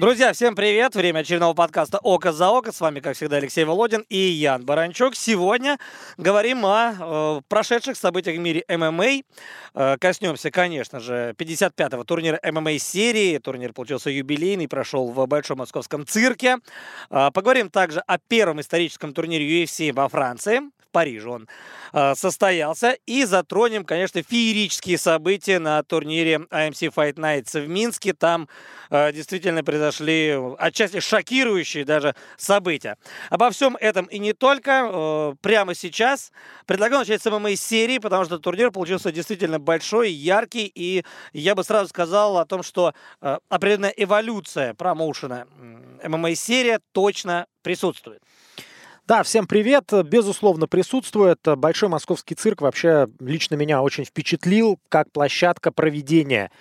Друзья, всем привет! Время очередного подкаста «Око за око». С вами, как всегда, Алексей Володин и Ян Баранчук. Сегодня говорим о прошедших событиях в мире ММА. Коснемся, конечно же, 55-го турнира ММА-серии. Турнир получился юбилейный, прошел в Большом Московском цирке. Поговорим также о первом историческом турнире UFC во Франции. В Париже он состоялся. И затронем, конечно, феерические события на турнире AMC Fight Nights в Минске. Там действительно произошли отчасти шокирующие даже события. Обо всем этом и не только прямо сейчас предлагаю начать с ММА-серии, потому что турнир получился действительно большой, яркий, и я бы сразу сказал о том, что определенная эволюция промоушена ММА-серия точно присутствует. Да, всем привет. Безусловно, присутствует. Большой Московский цирк вообще лично меня очень впечатлил как площадка проведения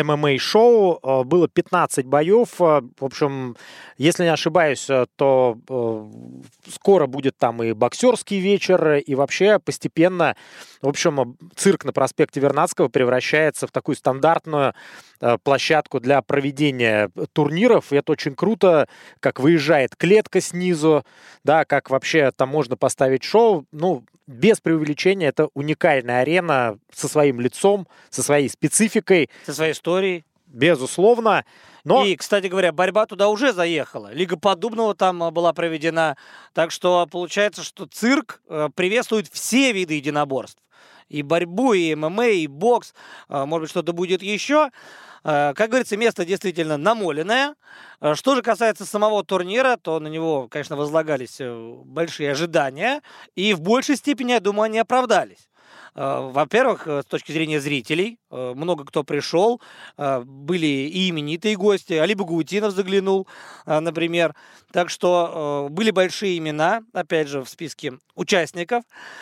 ММА-шоу. Было 15 боев. В общем, если не ошибаюсь, то скоро будет там и боксерский вечер, и вообще постепенно, в общем, цирк на проспекте Вернадского превращается в такую стандартную площадку для проведения турниров. И это очень круто, как выезжает клетка снизу, да, как вообще там можно поставить шоу. Ну, без преувеличения, это уникальная арена со своим лицом, со своей спецификой. Со своей историей. Безусловно. Но... И, кстати говоря, борьба туда уже заехала. Лига Поддубного там была проведена. Так что получается, что цирк приветствует все виды единоборств. И борьбу, и ММА, и бокс. Может быть, что-то будет еще. Как говорится, место действительно намоленное. Что же касается самого турнира, то на него, конечно, возлагались большие ожидания. И в большей степени, я думаю, они оправдались. Во-первых, с точки зрения зрителей, много кто пришел, были и именитые гости, Али Багаутдинов заглянул, например. Так что были большие имена, опять же, в списке участников.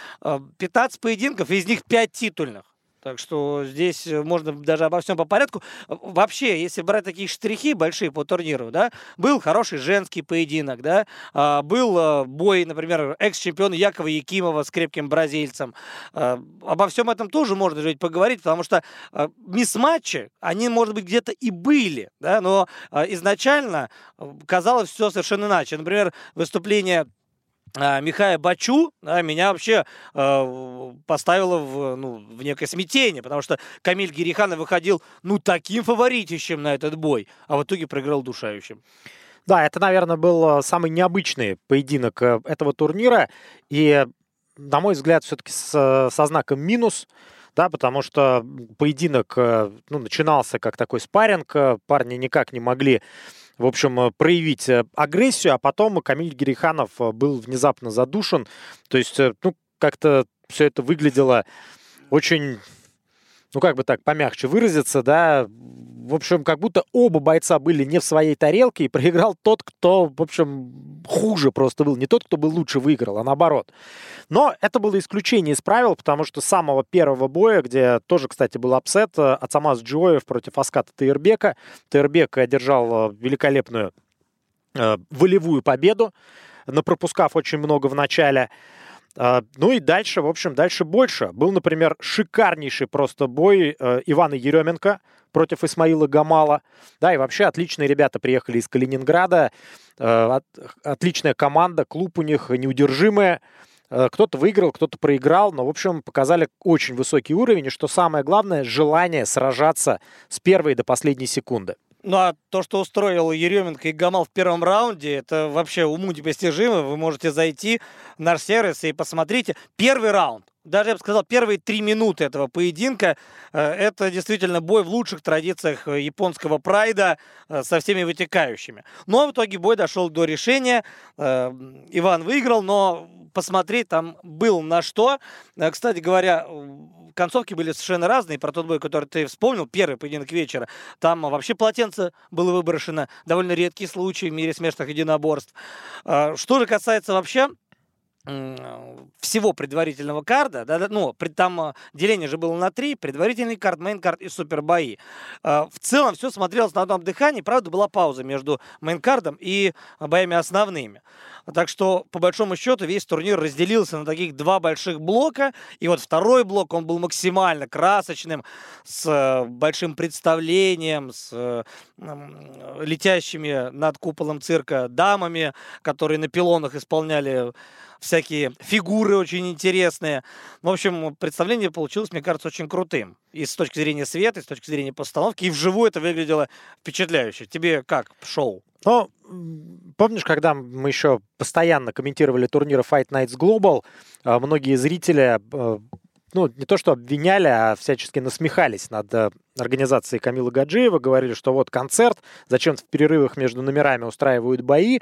15 поединков, из них 5 титульных. Так что здесь можно даже обо всем по порядку. Вообще, если брать такие штрихи большие по турниру, да, был хороший женский поединок, да, был бой, например, экс-чемпиона Якова Якимова с крепким бразильцем. Обо всем этом тоже можно же поговорить, потому что мисс-матчи, они, может быть, где-то и были, да, но изначально казалось все совершенно иначе. Например, выступление Михая Бачу, да, меня вообще поставило в некое смятение, потому что Камиль Гириханов выходил таким фаворитищем на этот бой, а в итоге проиграл удушающим. Да, это, наверное, был самый необычный поединок этого турнира, и, на мой взгляд, все-таки со знаком минус, да, потому что поединок начинался как такой спарринг, парни никак не могли, в общем, проявить агрессию, а потом Камиль Гириханов был внезапно задушен. То есть, как-то все это выглядело очень, как бы так помягче выразиться, да. В общем, как будто оба бойца были не в своей тарелке, и проиграл тот, кто, в общем, хуже просто был. Не тот, кто был лучше, выиграл, а наоборот. Но это было исключение из правил, потому что с самого первого боя, где тоже, кстати, был апсет, Ацамаз Джоев против Аската Таирбека. Таирбек одержал великолепную волевую победу, напропускав очень много в начале. Ну и дальше, в общем, дальше больше. Был, например, шикарнейший просто бой Ивана Еременко против Исмаила Гамала. Да, и вообще отличные ребята приехали из Калининграда. Отличная команда, клуб у них неудержимая. Кто-то выиграл, кто-то проиграл, но, в общем, показали очень высокий уровень. И что самое главное, желание сражаться с первой до последней секунды. Ну, а то, что устроил Еременко и Гамал в первом раунде, это вообще уму непостижимо. Вы можете зайти в наш сервис и посмотрите. Первый раунд. Даже, я бы сказал, первые 3 минуты этого поединка – это действительно бой в лучших традициях японского прайда со всеми вытекающими. Но в итоге бой дошел до решения. Иван выиграл, но посмотреть там было на что. Кстати говоря, концовки были совершенно разные. Про тот бой, который ты вспомнил, первый поединок вечера, там вообще полотенце было выброшено. Довольно редкий случай в мире смешанных единоборств. Что же касается вообще всего предварительного карда, там деление же было на 3, предварительный кард, мейн-кард и супербои. В целом все смотрелось на одном дыхании, правда, была пауза между мейн-кардом и боями основными. Так что, по большому счету, весь турнир разделился на таких два больших блока. И вот второй блок, он был максимально красочным, с большим представлением, с летящими над куполом цирка дамами, которые на пилонах исполняли всякие фигуры очень интересные. В общем, представление получилось, мне кажется, очень крутым. И с точки зрения света, и с точки зрения постановки. И вживую это выглядело впечатляюще. Тебе как шоу? Ну, помнишь, когда мы еще постоянно комментировали турниры Fight Nights Global, многие зрители, ну, не то что обвиняли, а всячески насмехались над организацией Камилы Гаджиева, говорили, что вот концерт, зачем в перерывах между номерами устраивают бои.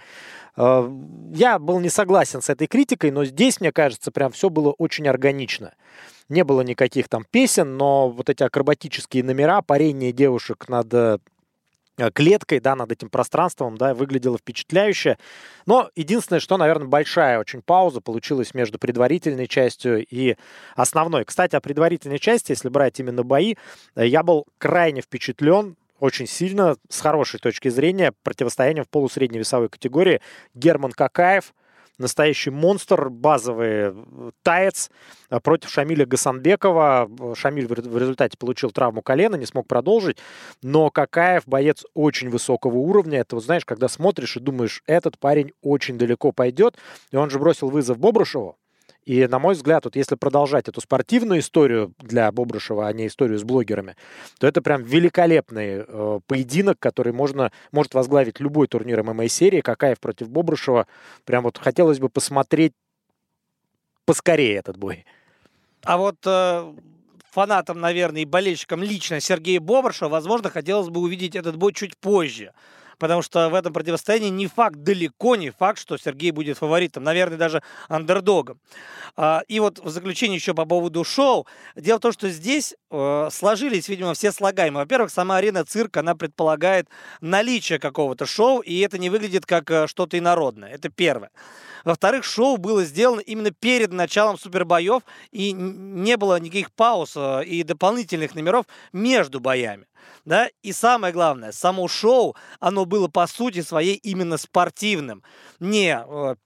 Я был не согласен с этой критикой, но здесь, мне кажется, прям все было очень органично. Не было никаких там песен, но вот эти акробатические номера, парение девушек над клеткой, да, над этим пространством, да, выглядело впечатляюще. Но единственное, что, наверное, большая очень пауза получилась между предварительной частью и основной. Кстати, о предварительной части, если брать именно бои, я был крайне впечатлен, очень сильно, с хорошей точки зрения, противостоянием в полусредней весовой категории. Герман Какаев, настоящий монстр, базовый таец против Шамиля Гасанбекова. Шамиль в результате получил травму колена, не смог продолжить, но Какаев боец очень высокого уровня. Это, вот, знаешь, когда смотришь и думаешь, этот парень очень далеко пойдет, и он же бросил вызов Бобрышеву. И, на мой взгляд, вот если продолжать эту спортивную историю для Бобрышева, а не историю с блогерами, то это прям великолепный поединок, который может возглавить любой турнир ММА-серии. Какаев против Бобрышева. Прям вот хотелось бы посмотреть поскорее этот бой. А вот фанатам, наверное, и болельщикам лично Сергея Бобрышева, возможно, хотелось бы увидеть этот бой чуть позже. Потому что в этом противостоянии не факт, далеко не факт, что Сергей будет фаворитом. Наверное, даже андердогом. И вот в заключение еще по поводу шоу. Дело в том, что здесь сложились, видимо, все слагаемые. Во-первых, сама арена цирка, она предполагает наличие какого-то шоу, и это не выглядит как что-то инородное. Это первое. Во-вторых, шоу было сделано именно перед началом супербоев, и не было никаких пауз и дополнительных номеров между боями. Да? И самое главное, само шоу, оно было по сути своей именно спортивным. Не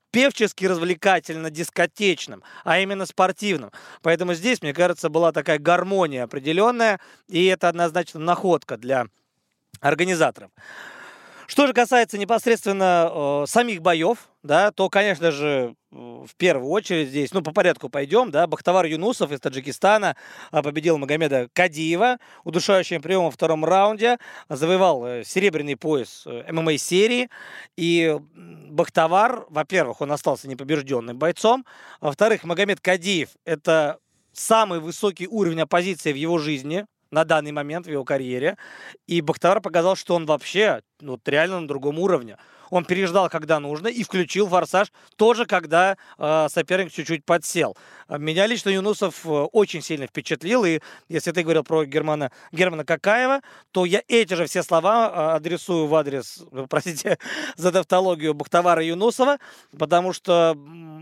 певчески-развлекательно-дискотечным, а именно спортивным. Поэтому здесь, мне кажется, была такая гармония определенная, и это однозначно находка для организаторов. Что же касается непосредственно самих боев, да, то, конечно же, в первую очередь здесь, по порядку пойдем, да, Бахтавар Юнусов из Таджикистана победил Магомеда Кадиева удушающим приемом во втором раунде, завоевал серебряный пояс ММА-серии, и Бахтавар, во-первых, он остался непобежденным бойцом, во-вторых, Магомед Кадиев – это самый высокий уровень оппозиции в его жизни, на данный момент в его карьере. И Бахтавар показал, что он вообще реально на другом уровне. Он переждал, когда нужно, и включил форсаж тоже, когда соперник чуть-чуть подсел. Меня лично Юнусов очень сильно впечатлил. И если ты говорил про Германа Какаева, то я эти же все слова адресую в адрес, простите за тавтологию, Бахтавара Юнусова, потому что,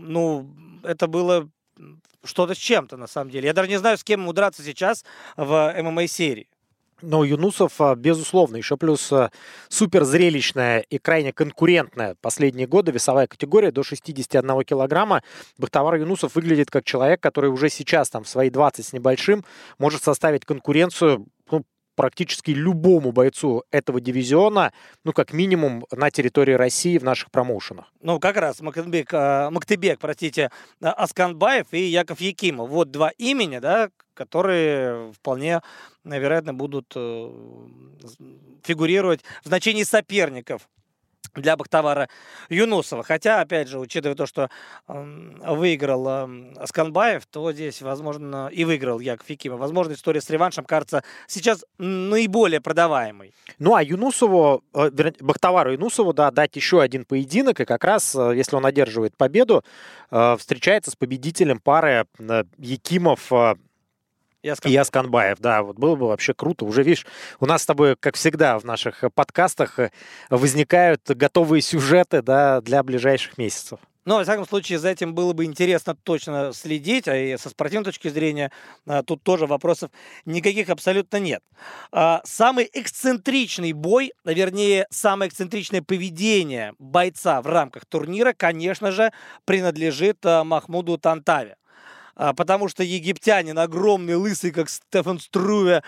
это было что-то с чем-то, на самом деле. Я даже не знаю, с кем ему драться сейчас в ММА-серии. Но Юнусов, безусловно, еще плюс супер зрелищная и крайне конкурентная последние годы весовая категория до 61 килограмма. Бахтавар Юнусов выглядит как человек, который уже сейчас, в свои 20 с небольшим, может составить конкуренцию практически любому бойцу этого дивизиона, как минимум на территории России в наших промоушенах. Как раз Мактыбек, Асканбаев и Яков Якимов. Вот два имени, да, которые вполне, вероятно, будут фигурировать в значении соперников для Бахтавара Юнусова. Хотя, опять же, учитывая то, что выиграл Асканбаев, то здесь, возможно, и выиграл Яков Якимов. Возможно, история с реваншем кажется сейчас наиболее продаваемой. А Бахтавару Юнусову, дать еще один поединок, и как раз, если он одерживает победу, встречается с победителем пары Якимов и Асканбаев. Да, вот было бы вообще круто. Уже, видишь, у нас с тобой, как всегда, в наших подкастах возникают готовые сюжеты, да, для ближайших месяцев. Но, во всяком случае, за этим было бы интересно точно следить, а и со спортивной точки зрения тут тоже вопросов никаких абсолютно нет. Самый эксцентричный бой, вернее, самое эксцентричное поведение бойца в рамках турнира, конечно же, принадлежит Махмуду Тантаве. Потому что египтянин, огромный, лысый, как Стефан Струве,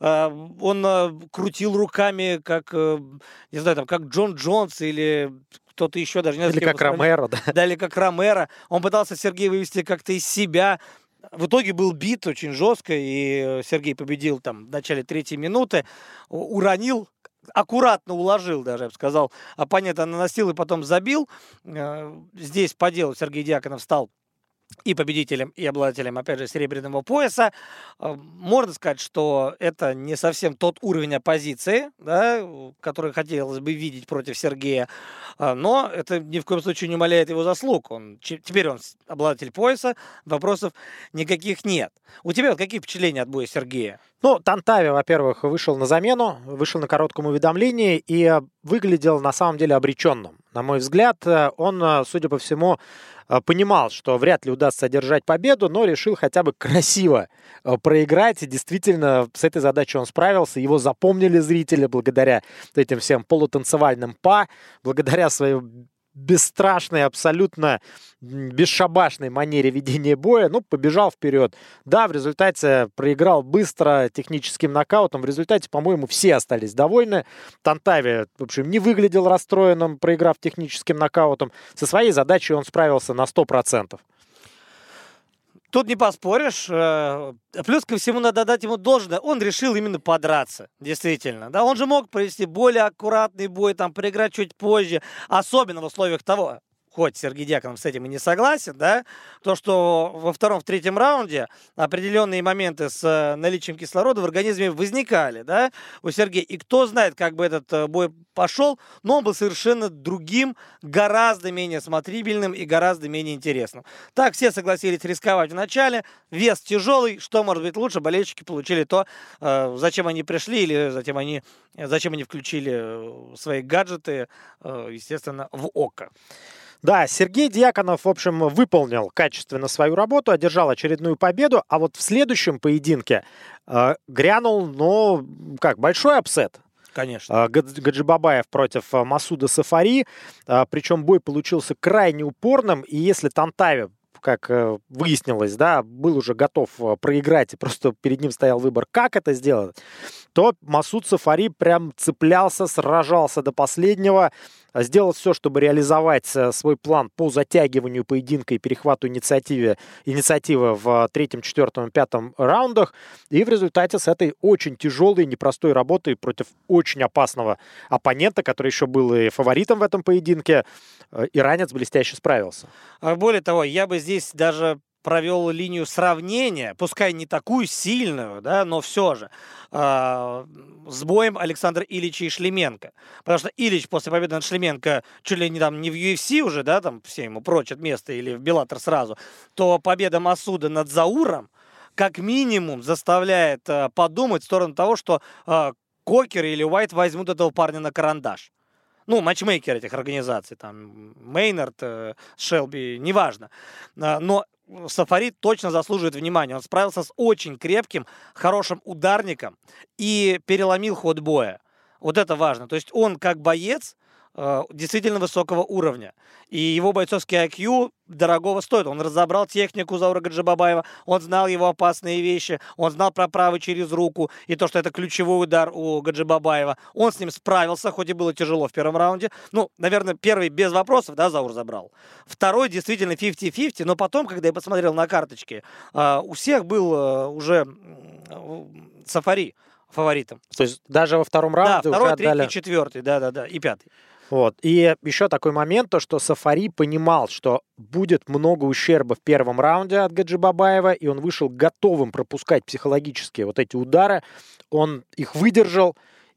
он крутил руками, как, не знаю, там, как Джон Джонс или кто-то еще, даже не знаю. Или как Ромеро, да. Да, или как Ромеро. Он пытался Сергея вывести как-то из себя. В итоге был бит очень жестко, и Сергей победил там в начале 3-й минуты. Уронил, аккуратно уложил даже, я бы сказал, оппонента наносил и потом забил. Здесь по делу Сергей Дьяконов стал и победителем, и обладателем, опять же, серебряного пояса. Можно сказать, что это не совсем тот уровень оппозиции, да, который хотелось бы видеть против Сергея, но это ни в коем случае не умаляет его заслуг. Теперь он обладатель пояса, вопросов никаких нет. У тебя вот какие впечатления от боя Сергея? Ну, Тантави, во-первых, вышел на замену, вышел на коротком уведомлении и выглядел на самом деле обреченным. На мой взгляд, он, судя по всему, понимал, что вряд ли удастся одержать победу, но решил хотя бы красиво проиграть. И действительно, с этой задачей он справился. Его запомнили зрители благодаря этим всем полутанцевальным па, благодаря своей бесстрашной, абсолютно бесшабашной манере ведения боя. Ну, побежал вперед. Да, в результате проиграл быстро техническим нокаутом. В результате, по-моему, все остались довольны. Тантави, в общем, не выглядел расстроенным, проиграв техническим нокаутом. Со своей задачей он справился на 100%. Тут не поспоришь. Плюс ко всему надо дать ему должное. Он решил именно подраться, действительно. Да, он же мог провести более аккуратный бой, там, проиграть чуть позже. Особенно в условиях того, хоть Сергей Дьяконов с этим и не согласен, да, то, что во втором, в третьем раунде определенные моменты с наличием кислорода в организме возникали, да, у Сергея. И кто знает, как бы этот бой пошел, но он был совершенно другим, гораздо менее смотрибельным и гораздо менее интересным. Так, все согласились рисковать в начале, вес тяжелый, что может быть лучше, болельщики получили то, зачем они пришли или зачем они включили свои гаджеты, естественно, в око. Да, Сергей Дьяконов, в общем, выполнил качественно свою работу, одержал очередную победу, а вот в следующем поединке грянул, большой апсет. Конечно. Гаджибабаев против Масуда Сафари, причем бой получился крайне упорным, и если Тантави, как выяснилось, да, был уже готов проиграть, и просто перед ним стоял выбор, как это сделать, то Масуд Сафари прям цеплялся, сражался до последнего, сделал все, чтобы реализовать свой план по затягиванию поединка и перехвату инициативы в 3-м, 4-м, 5-м раундах. И в результате с этой очень тяжелой, непростой работой против очень опасного оппонента, который еще был и фаворитом в этом поединке, иранец блестяще справился. Более того, я бы здесь даже провел линию сравнения, пускай не такую сильную, да, но все же, с боем Александра Ильича и Шлеменко. Потому что Ильич после победы над Шлеменко чуть ли не в UFC уже, да, там все ему прочат место или в Беллатор сразу, то победа Масуда над Зауром как минимум заставляет подумать в сторону того, что Кокер или Уайт возьмут этого парня на карандаш. Ну, матчмейкер этих организаций, там, Мейнард, Шелби, неважно. Но Сафари точно заслуживает внимания. Он справился с очень крепким, хорошим ударником и переломил ход боя. Вот это важно. То есть он, как боец, действительно высокого уровня. И его бойцовский IQ дорогого стоит. Он разобрал технику Заура Гаджибабаева, он знал его опасные вещи, он знал про правый через руку и то, что это ключевой удар у Гаджибабаева. Он с ним справился, хоть и было тяжело в первом раунде. Ну, наверное, первый без вопросов, да, Заур забрал. Второй действительно 50-50, но потом, когда я посмотрел на карточки, у всех был уже Сафари фаворитом. То есть даже во втором раунде да, второй, уже отдали... третий, четвертый, да, и пятый. Вот. И еще такой момент, то, что Сафари понимал, что будет много ущерба в первом раунде от Гаджибабаева, и он вышел готовым пропускать психологически вот эти удары. Он их выдержал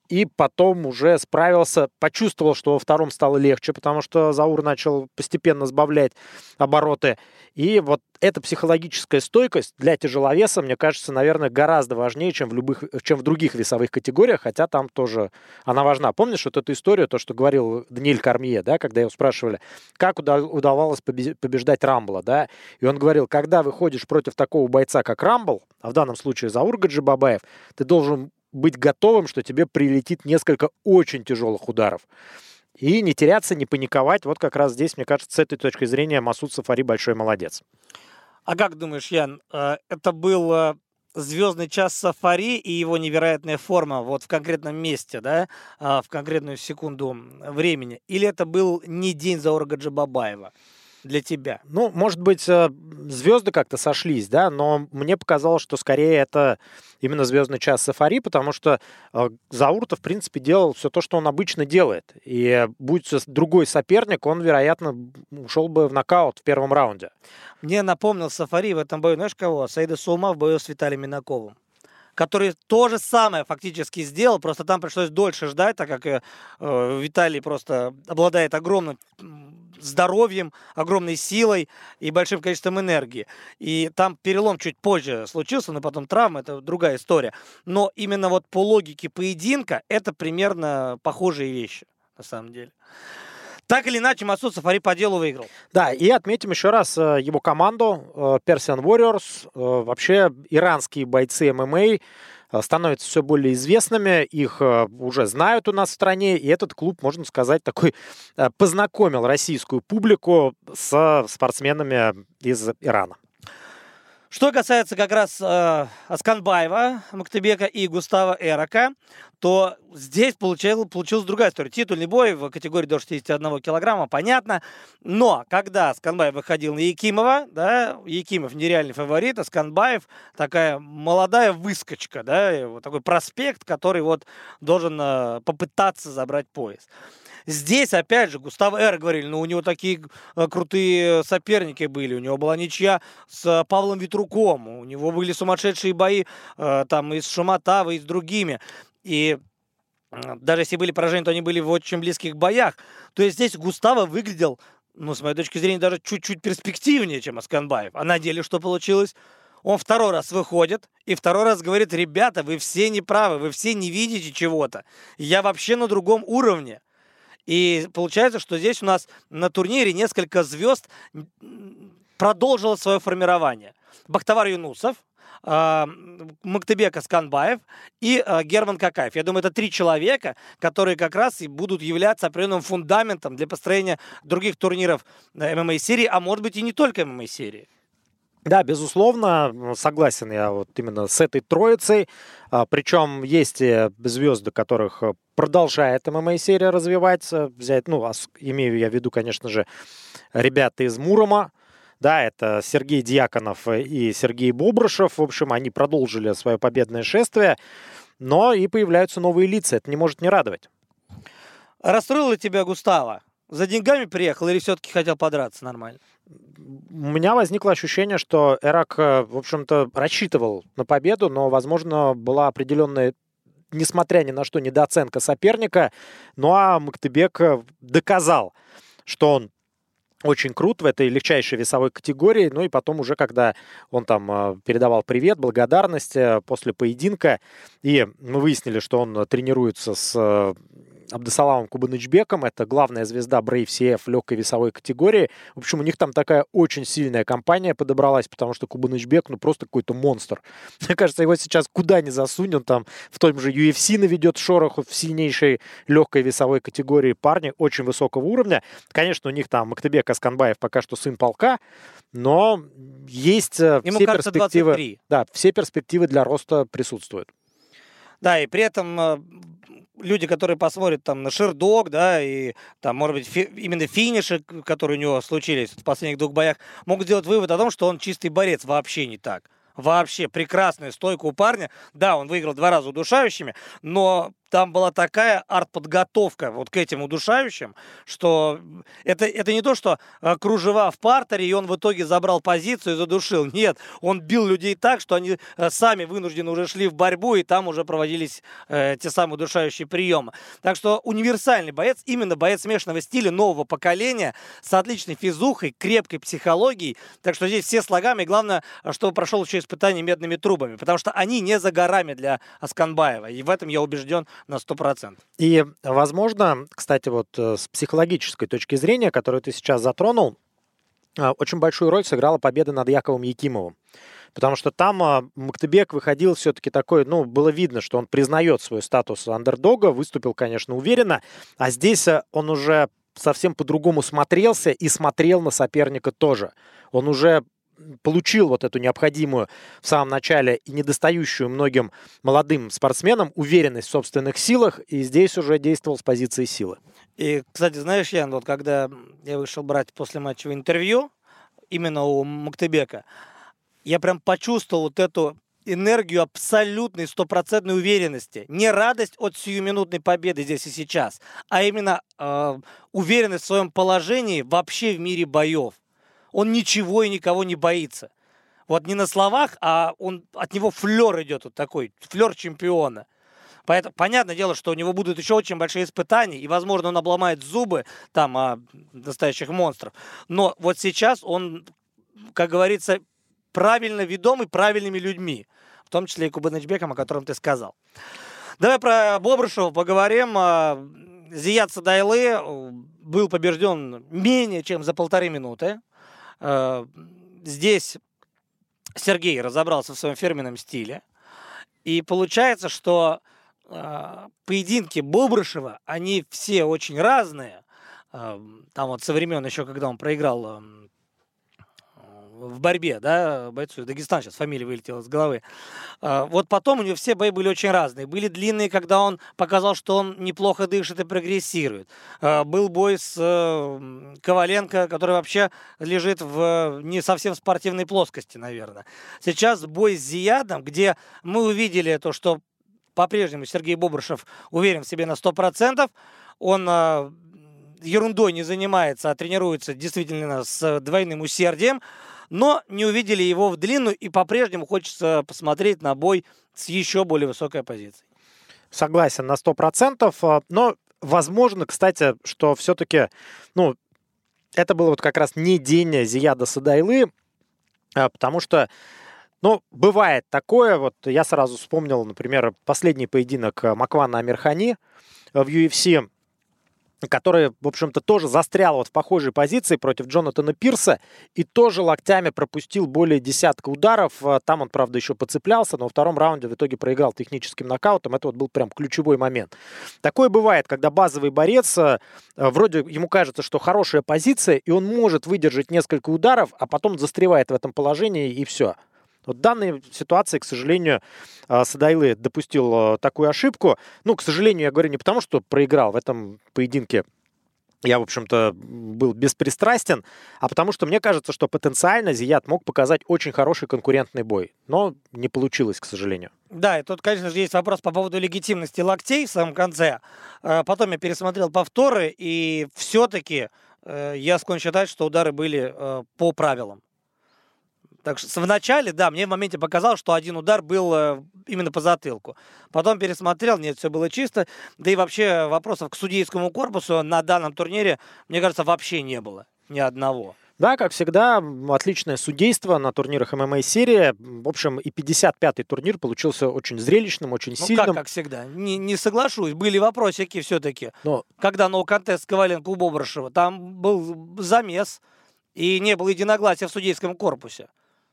и потом уже справился, почувствовал, что во втором стало легче, потому что Заур начал постепенно сбавлять обороты. И вот эта психологическая стойкость для тяжеловеса, мне кажется, наверное, гораздо важнее, чем в других весовых категориях, хотя там тоже она важна. Помнишь вот эту историю, то, что говорил Даниэль Кормье, да, когда его спрашивали, как удавалось побеждать Рамбла, да, и он говорил, когда выходишь против такого бойца, как Рамбл, а в данном случае Заур Гаджибабаев, ты должен быть готовым, что тебе прилетит несколько очень тяжелых ударов. И не теряться, не паниковать. Вот как раз здесь, мне кажется, с этой точки зрения Масуд Сафари большой молодец. А как думаешь, Ян, это был звездный час Сафари и его невероятная форма вот в конкретном месте, да, в конкретную секунду времени? Или это был не день Заура Гаджибабаева для тебя? Ну, может быть, звезды как-то сошлись, да, но мне показалось, что скорее это именно звездный час Сафари, потому что Заур-то, в принципе, делал все то, что он обычно делает. И будь другой соперник, он, вероятно, ушел бы в нокаут в первом раунде. Мне напомнил Сафари в этом бою, знаешь кого? Саида Саума в бою с Виталием Минаковым, который то же самое фактически сделал, просто там пришлось дольше ждать, так как Виталий просто обладает огромным здоровьем, огромной силой и большим количеством энергии. И там перелом чуть позже случился, но потом травма, это другая история. Но именно вот по логике поединка это примерно похожие вещи, на самом деле. Так или иначе, Масуд Сафари по делу выиграл. Да, и отметим еще раз его команду Persian Warriors. Вообще иранские бойцы ММА становятся все более известными, их уже знают у нас в стране, и этот клуб, можно сказать, такой познакомил российскую публику с спортсменами из Ирана. Что касается как раз Асканбаева, Мактыбека и Густава Эрака, то здесь получилась другая история. Титульный бой в категории до 61 килограмма, понятно. Но когда Асканбаев выходил на Якимова, да, Якимов нереальный фаворит, Асканбаев такая молодая выскочка, да, вот такой проспект, который вот должен попытаться забрать пояс. Здесь, опять же, Густаво Эр говорили, у него такие крутые соперники были. У него была ничья с Павлом Ветруком. У него были сумасшедшие бои там и с Шаматавой, и с другими. И даже если были поражения, то они были в очень близких боях. То есть здесь Густаво выглядел, с моей точки зрения, даже чуть-чуть перспективнее, чем Асканбаев. А на деле что получилось? Он второй раз выходит и второй раз говорит, ребята, вы все неправы, вы все не видите чего-то. Я вообще на другом уровне. И получается, что здесь у нас на турнире несколько звезд продолжило свое формирование. Бахтавар Юнусов, Мактыбек Асканбаев и Герман Какаев. Я думаю, это 3 человека, которые как раз и будут являться определенным фундаментом для построения других турниров ММА-серии, а может быть и не только ММА-серии. Да, безусловно, согласен я вот именно с этой троицей. Причем есть звезды, которых продолжает ММА-серия развивать. Взять, имею я в виду, конечно же, ребята из Мурома. Да, это Сергей Дьяконов и Сергей Бобрышев. В общем, они продолжили свое победное шествие. Но и появляются новые лица. Это не может не радовать. Расстроил ли тебя Густаво? За деньгами приехал или все-таки хотел подраться нормально? У меня возникло ощущение, что Эрак, в общем-то, рассчитывал на победу, но, возможно, была определенная, несмотря ни на что, недооценка соперника. Ну а Мактыбек доказал, что он очень крут в этой легчайшей весовой категории. Ну и потом уже, когда он там передавал привет, благодарность после поединка, и мы выяснили, что он тренируется с Абдусаламом Кубанычбеком, это главная звезда Brave CF легкой весовой категории. В общем, у них там такая очень сильная компания подобралась, потому что Кубанычбек, просто какой-то монстр. Мне кажется, его сейчас куда ни засунь, он там в том же UFC наведет шороху в сильнейшей легкой весовой категории. Парни очень высокого уровня. Конечно, у них там Мактыбек Асканбаев пока что сын полка, но есть все перспективы. 23. Да, все перспективы для роста присутствуют. Да, и при этом люди, которые посмотрят там на Шердог, да, и там, может быть, именно финиши, которые у него случились в последних 2 боях, могут сделать вывод о том, что он чистый борец. Вообще не так. Вообще прекрасная стойка у парня. Да, он выиграл 2 раза удушающими, но там была такая артподготовка вот к этим удушающим, что это не то, что кружева в партере, и он в итоге забрал позицию и задушил. Нет, он бил людей так, что они сами вынуждены уже шли в борьбу, и там уже проводились те самые удушающие приемы. Так что универсальный боец, именно боец смешанного стиля нового поколения, с отличной физухой, крепкой психологией. Так что здесь все слогами. И главное, чтобы прошел еще испытание медными трубами, потому что они не за горами для Асканбаева. И в этом я убежден на 100%. И, возможно, кстати, вот с психологической точки зрения, которую ты сейчас затронул, очень большую роль сыграла победа над Яковом Якимовым. Потому что там Мактыбек выходил все-таки такой, ну, было видно, что он признает свой статус андердога, выступил, конечно, уверенно, а здесь он уже совсем по-другому смотрелся и смотрел на соперника тоже. Он уже получил вот эту необходимую в самом начале и недостающую многим молодым спортсменам уверенность в собственных силах, и здесь уже действовал с позиции силы. И, кстати, знаешь, Ян, вот когда я вышел брать послематчевое интервью именно у Мактыбека, я прям почувствовал вот эту энергию абсолютной, стопроцентной уверенности. Не радость от сиюминутной победы здесь и сейчас, а именно уверенность в своем положении вообще в мире боев. Он ничего и никого не боится. Вот не на словах, а от него флер идет вот такой, флер чемпиона. Поэтому понятное дело, что у него будут еще очень большие испытания, и, возможно, он обломает зубы там настоящих монстров. Но вот сейчас он, как говорится, правильно ведомый правильными людьми, в том числе и Кубанычбеком, о котором ты сказал. Давай про Бобрышева поговорим. Зият Садайлы был побежден менее чем за 1,5 минуты. Здесь Сергей разобрался в своем фирменном стиле. И получается, что поединки Бобрышева, они все очень разные. Там вот со времен еще, когда он проиграл в борьбе, да, бойцу Дагестан, сейчас фамилия вылетела с головы. Вот потом у него все бои были очень разные. Были длинные, когда он показал, что он неплохо дышит и прогрессирует. Был бой с Коваленко, который вообще лежит в не совсем спортивной плоскости, наверное. Сейчас бой с Зиядом, где мы увидели то, что по-прежнему Сергей Бобрышев уверен в себе на 100%. Он ерундой не занимается, а тренируется действительно с двойным усердием. Но не увидели его в длину, и по-прежнему хочется посмотреть на бой с еще более высокой позицией. Согласен на 100%, но возможно, кстати, что все-таки, ну, это был вот как раз не день Зияда Садайлы, потому что, ну, бывает такое, вот я сразу вспомнил, например, последний поединок Маквана Амирхани в UFC, который, в общем-то, тоже застрял вот в похожей позиции против Джонатана Пирса и тоже локтями пропустил более десятка ударов. Там он, правда, еще поцеплялся, но во втором раунде в итоге проиграл техническим нокаутом. Это вот был прям ключевой момент. Такое бывает, когда базовый борец, вроде ему кажется, что хорошая позиция, и он может выдержать несколько ударов, а потом застревает в этом положении, и все. Вот в данной ситуации, к сожалению, Садайлы допустил такую ошибку. Ну, к сожалению, я говорю не потому, что проиграл в этом поединке. Я, в общем-то, был беспристрастен, а потому что мне кажется, что потенциально Зият мог показать очень хороший конкурентный бой. Но не получилось, к сожалению. Да, и тут, конечно же, есть вопрос по поводу легитимности локтей в самом конце. Потом я пересмотрел повторы, и все-таки я склонен считать, что удары были по правилам. Так что в начале, да, мне в моменте показалось, что один удар был именно по затылку. Потом пересмотрел, нет, все было чисто. Да и вообще вопросов к судейскому корпусу на данном турнире, мне кажется, вообще не было. Ни одного. Да, как всегда, отличное судейство на турнирах ММА-серии. В общем, и 55-й турнир получился очень зрелищным, очень сильным. Как всегда. Не соглашусь. Были вопросики все-таки. Но... Когда ноу-контест Коваленко у Бобрышева, там был замес. И не было единогласия в судейском корпусе.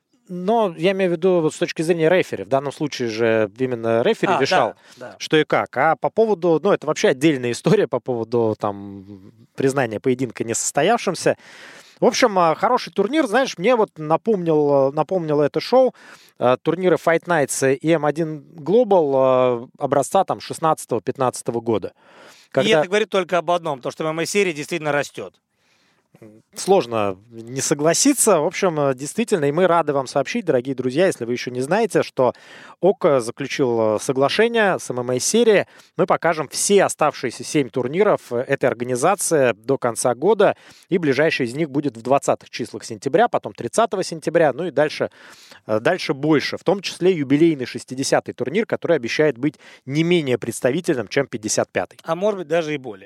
Но я имею в виду вот с точки зрения рефери. В данном случае же именно рефери решал, да. что и как. А по поводу, ну, это вообще отдельная история по поводу там признания поединка несостоявшимся. В общем, хороший турнир. Знаешь, мне вот напомнило это шоу турниры Fight Nights и M1 Global образца там 16-15 года. И это говорит только об одном, то, что ММА-серия действительно растет. Сложно не согласиться. В общем, действительно, и мы рады вам сообщить, дорогие друзья, если вы еще не знаете, что ОК заключил соглашение с ММА-серией. Мы покажем все оставшиеся 7 турниров этой организации до конца года, и ближайший из них будет в 20-х числах сентября, потом 30 сентября, ну и дальше больше, в том числе юбилейный 60-й турнир, который обещает быть не менее представительным, чем 55-й. А может быть, даже и более.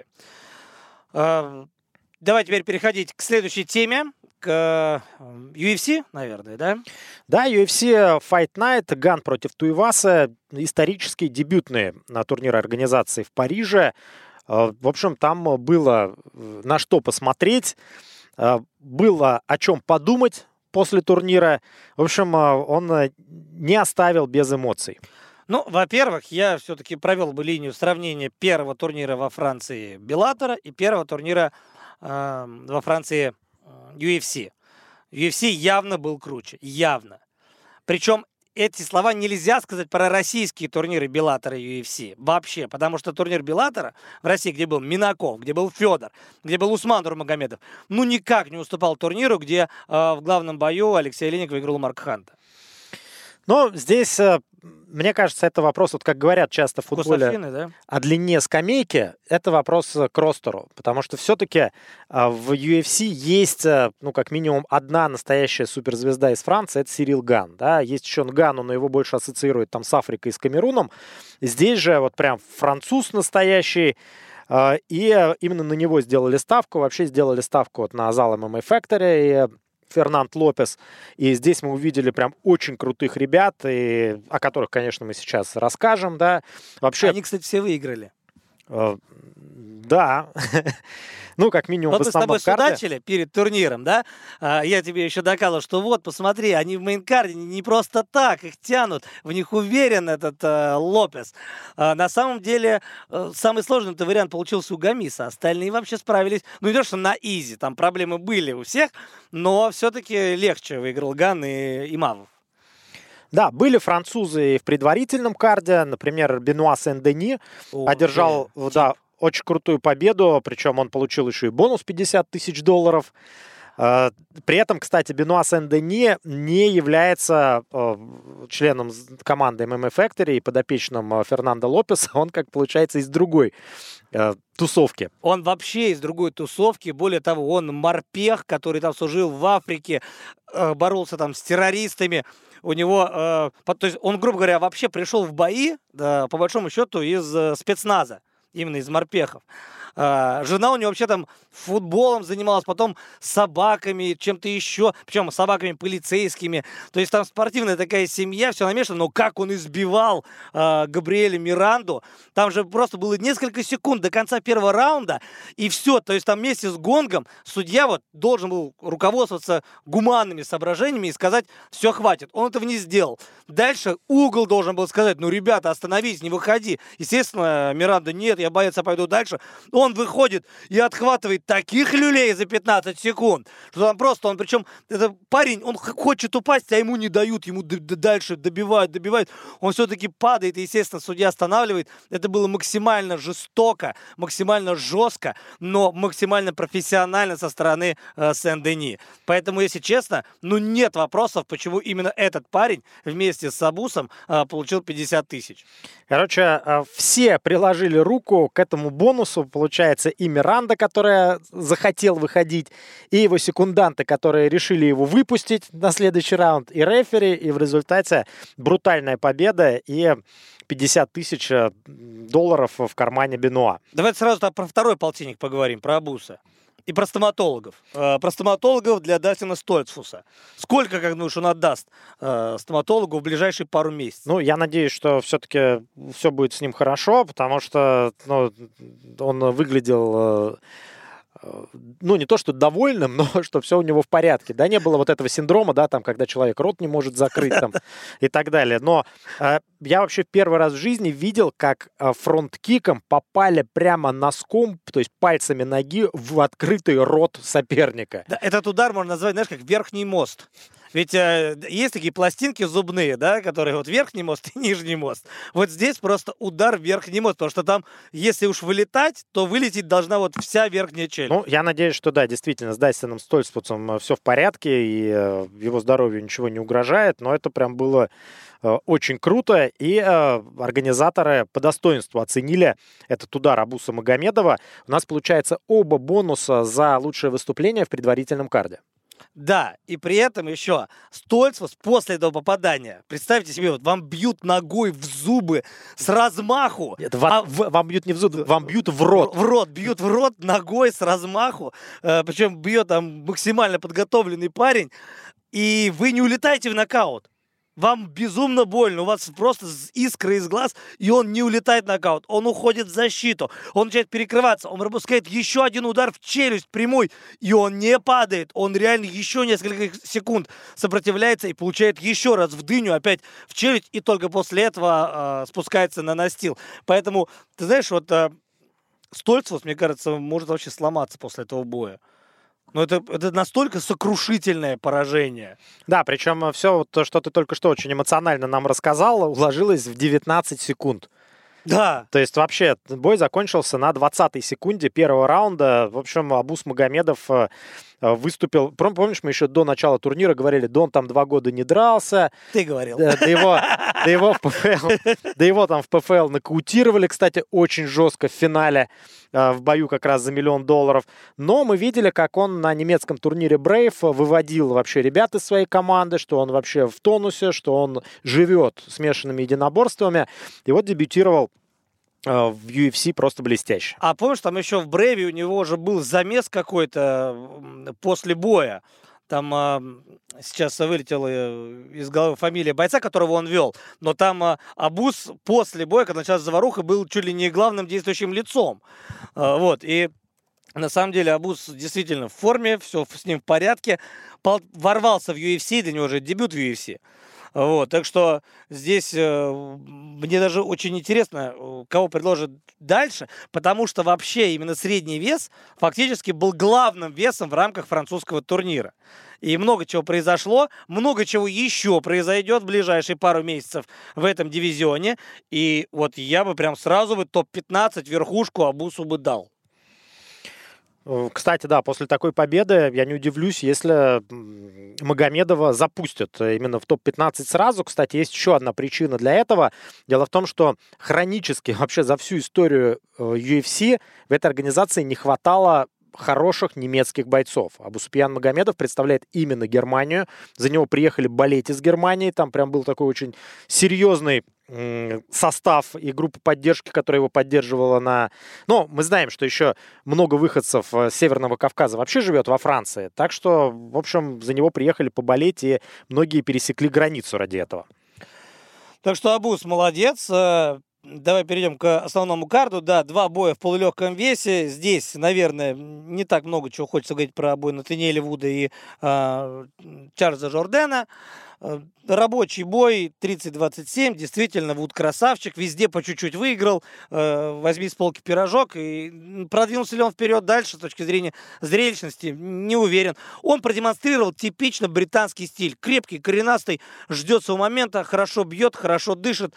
Давай теперь переходить к следующей теме, к UFC, наверное, да? Да, UFC Fight Night, Ган против Туиваса, исторические дебютные турниры организации в Париже. В общем, там было на что посмотреть, было о чем подумать после турнира. В общем, он не оставил без эмоций. Ну, во-первых, я все-таки провел бы линию сравнения первого турнира во Франции Беллатора и первого турнира во Франции UFC. UFC явно был круче. Явно. Причем эти слова нельзя сказать про российские турниры Беллатора и UFC. Вообще. Потому что турнир Беллатора в России, где был Минаков, где был Федор, где был Усман Нурмагомедов, ну никак не уступал турниру, где в главном бою Алексей Олейник выиграл Марка Ханта. Но здесь, мне кажется, это вопрос, вот как говорят часто в футболе, Афины, да? о длине скамейки, это вопрос к ростеру. Потому что все-таки в UFC есть, ну, как минимум, одна настоящая суперзвезда из Франции, это Сирил Ган. Да? Есть еще Нгану, но его больше ассоциируют там с Африкой и с Камеруном. Здесь же вот прям француз настоящий. И именно на него сделали ставку. Вообще сделали ставку вот на зал MMA Factory, Фернанд Лопес. И здесь мы увидели прям очень крутых ребят, и, о которых, конечно, мы сейчас расскажем. Да. Вообще, они, кстати, все выиграли. Да. Ну, как минимум, вот в мы с тобой основном карде. судачили перед турниром, да? Я тебе еще доказывал, что вот, посмотри, они в мейнкарде не просто так, их тянут, в них уверен этот Лопес. На самом деле, самый сложный вариант получился у Гамиса. Остальные вообще справились, ну, не то, что на изи, там проблемы были у всех, но все-таки легче выиграл Ган и Имавов. Да, были французы и в предварительном карде, например, Бенуа Сен-Дени одержал, да, очень крутую победу, причем он получил еще и бонус $50 тысяч. При этом, кстати, Бенуа Сен-Дени не является членом команды MMA Factory и подопечным Фернандо Лопеса. Он, как получается, из другой тусовки. Он вообще из другой тусовки. Более того, он морпех, который там служил в Африке, боролся там с террористами. У него, то есть он, грубо говоря, вообще пришел в бои, да, по большому счету, из спецназа. Именно из морпехов. Жена у него вообще там футболом занималась, потом собаками, чем-то еще, причем собаками полицейскими. То есть там спортивная такая семья, все намешано, но как он избивал Габриэля Миранду. Там же просто было несколько секунд до конца первого раунда, и все. То есть там вместе с гонгом судья вот должен был руководствоваться гуманными соображениями и сказать, все, хватит. Он этого не сделал. Дальше угол должен был сказать, ну, ребята, остановись, не выходи. Естественно, Миранда, нет, я боец, я пойду дальше. Он выходит и отхватывает таких люлей за 15 секунд, что там просто, он, причем, это парень, он хочет упасть, а ему не дают, ему дальше добивают. Он все-таки падает, и, естественно, судья останавливает. Это было максимально жестоко, максимально жестко, но максимально профессионально со стороны Сен-Дени. Поэтому, если честно, ну нет вопросов, почему именно этот парень вместе с Абусом получил 50 тысяч. Короче, все приложили руку к этому бонусу. Получается, и Миранда, которая захотел выходить, и его секунданты, которые решили его выпустить на следующий раунд, и рефери, и в результате брутальная победа и $50 тысяч в кармане Бенуа. Давайте сразу про второй полтинник поговорим, про Абуса. И про стоматологов. Про стоматологов для Дастина Стольцфуса. Сколько, как думаешь, он отдаст стоматологу в ближайшие пару месяцев? Ну, я надеюсь, что все-таки все будет с ним хорошо, потому что он выглядел... ну, не то, что довольным, но что все у него в порядке. Да, не было вот этого синдрома, да, там, когда человек рот не может закрыть там, и так далее. Но я вообще первый раз в жизни видел, как фронт-киком попали прямо носком, то есть пальцами ноги в открытый рот соперника. Да, этот удар можно назвать, знаешь, как верхний мост. Ведь есть такие пластинки зубные, да, которые вот верхний мост и нижний мост. Вот здесь просто удар в верхний мост, потому что там, если уж вылетать, то вылететь должна вот вся верхняя челюсть. Ну, я надеюсь, что да, действительно, с Дастином Стольцфусом все в порядке, и его здоровью ничего не угрожает, но это прям было очень круто, и организаторы по достоинству оценили этот удар Абуса Магомедова. У нас, получается, оба бонуса за лучшее выступление в предварительном карде. Да, и при этом еще Стольцфус после этого попадания, представьте себе, вот вам бьют ногой в зубы с размаху. Нет, вам бьют не в зубы, вам бьют в рот. Бьют в рот ногой с размаху, причем бьет там максимально подготовленный парень, и вы не улетаете в нокаут. Вам безумно больно, у вас просто искры из глаз, и он не улетает в нокаут. Он уходит в защиту, он начинает перекрываться, он пропускает еще один удар в челюсть прямой, и он не падает. Он реально еще несколько секунд сопротивляется и получает еще раз в дыню, опять в челюсть, и только после этого спускается на настил. Поэтому, ты знаешь, вот Стольцфус, мне кажется, может вообще сломаться после этого боя. Но это настолько сокрушительное поражение. Да, причем все то, что ты только что очень эмоционально нам рассказал, уложилось в 19 секунд. Да. То есть вообще бой закончился на 20-й секунде первого раунда. В общем, Абус Магомедов выступил. Помнишь, мы еще до начала турнира говорили, да он там 2 года не дрался. Ты говорил. Да его там в ПФЛ нокаутировали, кстати, очень жестко в финале, в бою как раз за $1 миллион. Но мы видели, как он на немецком турнире Brave выводил вообще ребят из своей команды, что он вообще в тонусе, что он живет смешанными единоборствами. И вот дебютировал в UFC просто блестяще. А помнишь, там еще в Брейве у него уже был замес какой-то после боя. Там сейчас вылетела из головы фамилия бойца, которого он вел. Но там Абус после боя, когда началась заваруха, был чуть ли не главным действующим лицом. Вот. И на самом деле Абус действительно в форме, все с ним в порядке. Ворвался в UFC, для него уже дебют в UFC. Вот, так что здесь мне даже очень интересно, кого предложат дальше, потому что вообще именно средний вес фактически был главным весом в рамках французского турнира. И много чего произошло, много чего еще произойдет в ближайшие пару месяцев в этом дивизионе. И вот я бы прям сразу топ-15 верхушку Абусу бы дал. Кстати, да, после такой победы я не удивлюсь, если Магомедова запустят именно в топ-15 сразу. Кстати, есть еще одна причина для этого. Дело в том, что хронически вообще за всю историю UFC в этой организации не хватало хороших немецких бойцов. Абусупьян Магомедов представляет именно Германию. За него приехали болеть из Германии. Там прям был такой очень серьезный состав и группа поддержки, которая его поддерживала на... Но мы знаем, что еще много выходцев с Северного Кавказа вообще живет во Франции. Так что, в общем, за него приехали поболеть, и многие пересекли границу ради этого. Так что Абус молодец. Давай перейдем к основному карду. Да, 2 боя в полулегком весе. Здесь, наверное, не так много чего хочется говорить про бой Натаниэля Вуда и Чарльза Жордена. Рабочий бой 30-27. Действительно, Вуд красавчик. Везде по чуть-чуть выиграл. Возьми с полки пирожок. И продвинулся ли он вперед дальше с точки зрения зрелищности? Не уверен. Он продемонстрировал типично британский стиль. Крепкий, коренастый, ждет своего момента, хорошо бьет, хорошо дышит.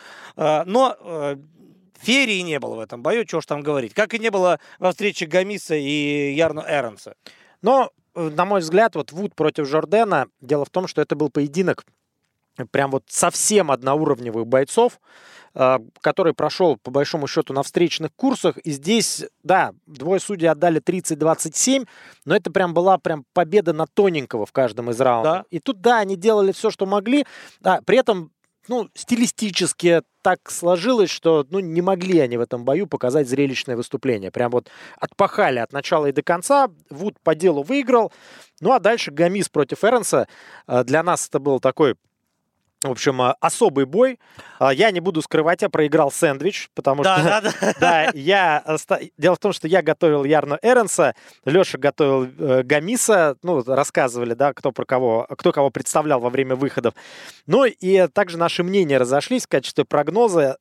Но феерии не было в этом бою, чего ж там говорить. Как и не было во встрече Гамиса и Ярно Эренса. Но, на мой взгляд, вот Вуд против Жордена, дело в том, что это был поединок прям вот совсем одноуровневых бойцов, который прошел, по большому счету, на встречных курсах. И здесь, да, двое судей отдали 30-27, но это прям была прям победа на тоненького в каждом из раундов. Да. И тут, да, они делали все, что могли. Да, при этом, стилистически так сложилось, что, не могли они в этом бою показать зрелищное выступление. Прям вот отпахали от начала и до конца. Вуд по делу выиграл. Ну, а дальше Гамис против Эренса. Для нас это был такой, в общем, особый бой. Я не буду скрывать, я проиграл сэндвич, потому что... Да, дело в том, что я готовил Ярно Эренса, Леша готовил Гамиса, рассказывали, да, кто кого представлял во время выходов. Ну, и также наши мнения разошлись в качестве прогноза.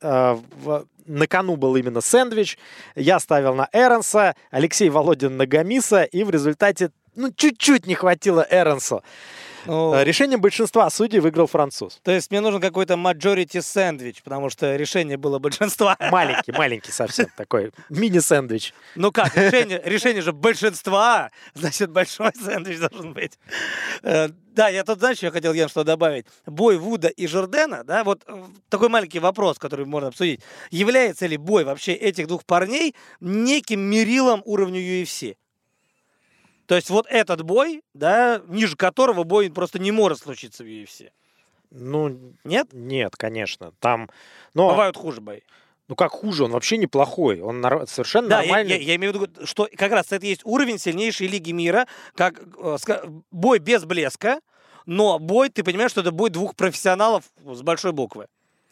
На кону был именно сэндвич. Я ставил на Эренса, Алексей Володин на Гамиса, и в результате, чуть-чуть не хватило Эренсу. Ну, Решением большинства судей выиграл француз. то есть мне нужен какой-то majority сэндвич, потому что решение было большинства. Маленький совсем такой, мини-сэндвич. Ну как, решение же большинства, значит, большой сэндвич должен быть. Да, я тут, знаешь, я хотел, Ян, что добавить. Бой Вуда и Жордена, да, вот такой маленький вопрос, который можно обсудить. Является ли бой вообще этих двух парней неким мерилом уровня UFC? То есть вот этот бой, да, ниже которого бой просто не может случиться в UFC. Ну, Нет? нет, конечно. Там, но, Бывают хуже бои. ну как хуже, он вообще неплохой. Он совершенно Да, нормальный. я имею в виду, что как раз это есть уровень сильнейшей лиги мира, как бой без блеска, но бой, ты понимаешь, что это бой двух профессионалов с большой буквы.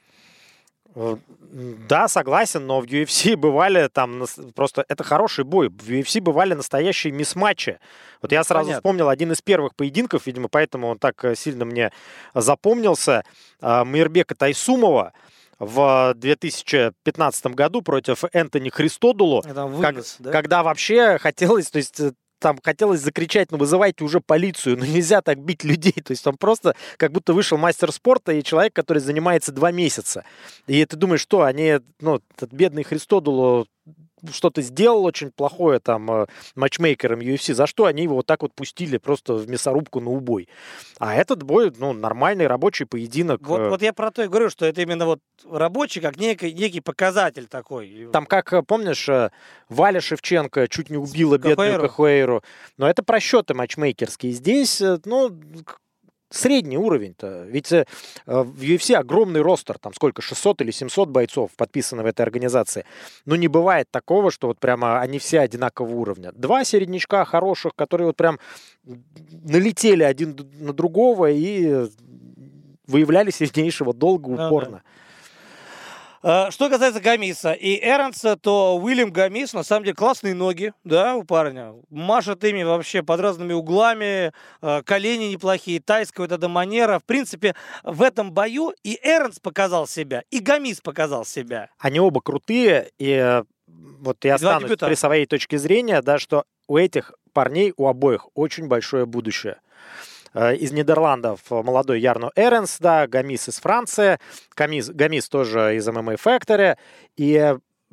Да, согласен, но в UFC бывали там просто это хороший бой. В UFC бывали настоящие мисс-матчи. Вот я сразу Понятно. вспомнил один из первых поединков, видимо, поэтому он так сильно мне запомнился. Мейрбека Тайсумова в 2015 году против Энтони Христодулу, Это вынос, да? когда вообще хотелось, то есть там хотелось закричать, ну вызывайте уже полицию, ну нельзя так бить людей. То есть он просто как будто вышел мастер спорта и человек, который занимается 2 месяца. И ты думаешь, что они, ну, этот бедный Христодулу что-то сделал очень плохое там матчмейкером UFC, за что они его вот так вот пустили просто в мясорубку на убой. А этот бой, ну, нормальный рабочий поединок. Вот я про то и говорю, что это именно вот рабочий, как некий показатель такой. Там, как помнишь, Валя Шевченко чуть не убила бедную Кахуэру. Кахуэйру. Но это просчеты матчмейкерские. Здесь, ну, средний уровень-то. Ведь в UFC огромный ростер, там сколько, 600 или 700 бойцов подписано в этой организации. Но не бывает такого, что вот прямо они все одинакового уровня. 2 середнячка хороших, которые вот прям налетели один на другого и выявляли сильнейшего долго, Да, упорно. Что касается Гамиса и Эронса, то Уильям Гамис, на самом деле, классные ноги, да, у парня. Машет ими вообще под разными углами, колени неплохие, тайская вот эта манера. В принципе, в этом бою и Эронс показал себя, и Гамис показал себя. Они оба крутые, и вот я Два останусь дебютанта. при своей точке зрения, да, что у этих парней, у обоих, очень большое будущее. Из Нидерландов молодой Ярно Эренс, да, Гамис из Франции, Гамис тоже из MMA Factory. И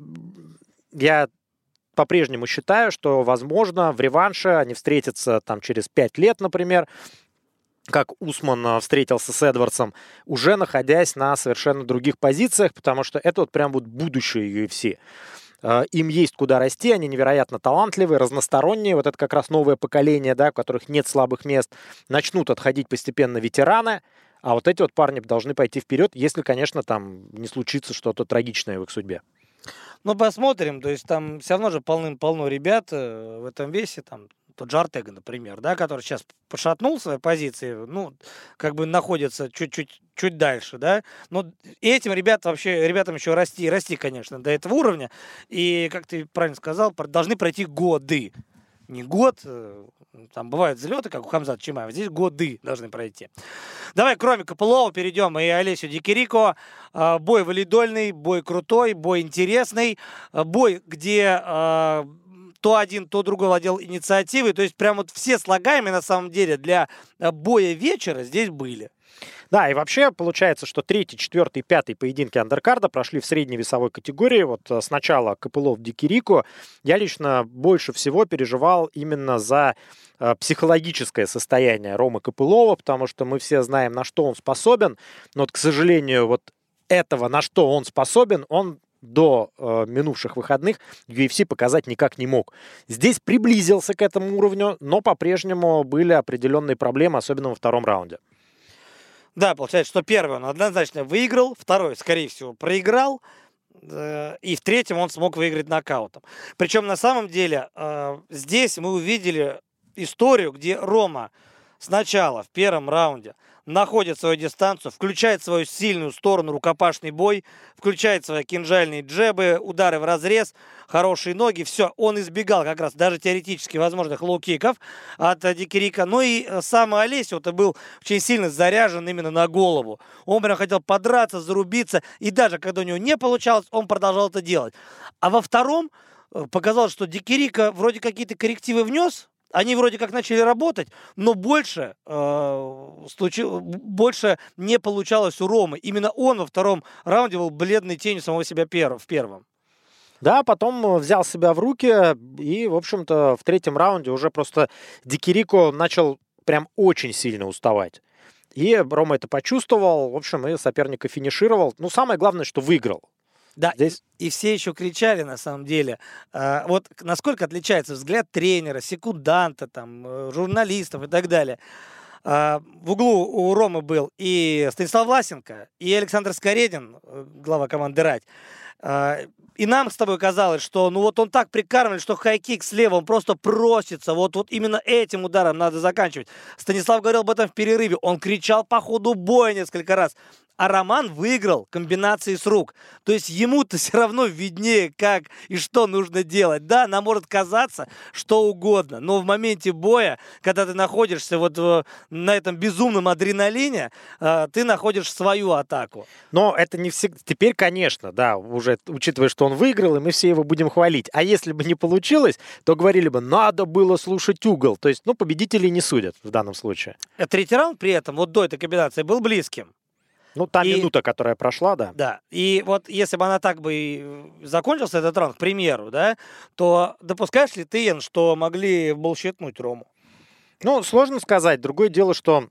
я по-прежнему считаю, что, возможно, в реванше они встретятся там через 5 лет, например, как Усман встретился с Эдвардсом, уже находясь на совершенно других позициях, потому что это вот прям вот будущее UFC. Им есть куда расти, они невероятно талантливые, разносторонние. Вот это как раз новое поколение, да, у которых нет слабых мест. Начнут отходить постепенно ветераны, а вот эти вот парни должны пойти вперед, если, конечно, там не случится что-то трагичное в их судьбе. Ну, посмотрим, то есть там все равно же полным-полно ребят в этом весе, там, тот же Артега, например, да, который сейчас пошатнул свои позиции, ну, как бы находится чуть дальше, да, но этим ребятам еще расти, конечно, до этого уровня, и, как ты правильно сказал, должны пройти годы, не год, там бывают взлеты, как у Хамзата Чимаева, здесь годы должны пройти. Давай, кроме Копылова, перейдем и Олесю Дикирико. Бой валидольный, бой крутой, бой интересный, бой, где то один, то другой владел инициативой. То есть прям вот все слагаемые на самом деле для боя вечера здесь были. Да, и вообще получается, что 3-й, 4-й, 5-й поединки андеркарда прошли в средней весовой категории. Вот сначала Копылов Дикирико. Я лично больше всего переживал именно за психологическое состояние Ромы Копылова, потому что мы все знаем, на что он способен. Но вот, к сожалению, вот этого, на что он способен, он до минувших выходных UFC показать никак не мог. Здесь приблизился к этому уровню, но по-прежнему были определенные проблемы, особенно во втором раунде. Да, получается, что первый он однозначно выиграл, второй, скорее всего, проиграл, и в третьем он смог выиграть нокаутом. Причем на самом деле здесь мы увидели историю, где Рома сначала в первом раунде находит свою дистанцию, включает свою сильную сторону, рукопашный бой, включает свои кинжальные джебы, удары в разрез, хорошие ноги, все. Он избегал как раз даже теоретически возможных лоу-киков от Дикирико. Ну и сам Олесю-то был очень сильно заряжен именно на голову. Он прям хотел подраться, зарубиться, и даже когда у него не получалось, он продолжал это делать. А во втором показалось, что Дикирико вроде какие-то коррективы внес, Они вроде как начали работать, но больше не получалось у Ромы. Именно он во втором раунде был бледной тенью самого себя в первом. Да, потом взял себя в руки, и, в общем-то, в третьем раунде уже просто Дикирико начал прям очень сильно уставать. И Рома это почувствовал, в общем, и соперника финишировал. Ну, самое главное, что выиграл. Да, Здесь... и все еще кричали, на самом деле. Вот насколько отличается взгляд тренера, секунданта, там, журналистов и так далее. В углу у Ромы был и Станислав Власенко, и Александр Скоредин, глава команды «Рать». И нам с тобой казалось, что ну вот он так прикармливает, что хай-кик слева, он просто просится. Вот именно этим ударом надо заканчивать. Станислав говорил об этом в перерыве. Он кричал по ходу боя несколько раз. А Роман выиграл комбинации с рук. То есть ему-то все равно виднее, как и что нужно делать. Да, нам может казаться что угодно, но в моменте боя, когда ты находишься вот на этом безумном адреналине, ты находишь свою атаку. Но это не всегда... Теперь, конечно, да, уже учитывая, что он выиграл, и мы все его будем хвалить. А если бы не получилось, то говорили бы, надо было слушать угол. То есть, ну, победителей не судят в данном случае. Третий раунд при этом, вот до этой комбинации, был близким. Ну, та минута, которая прошла, да. Да, и вот если бы она так бы и закончился, этот раунд, к примеру, да, то допускаешь ли ты, Ян, что могли булщитнуть Рому? Ну, сложно сказать. Другое дело, что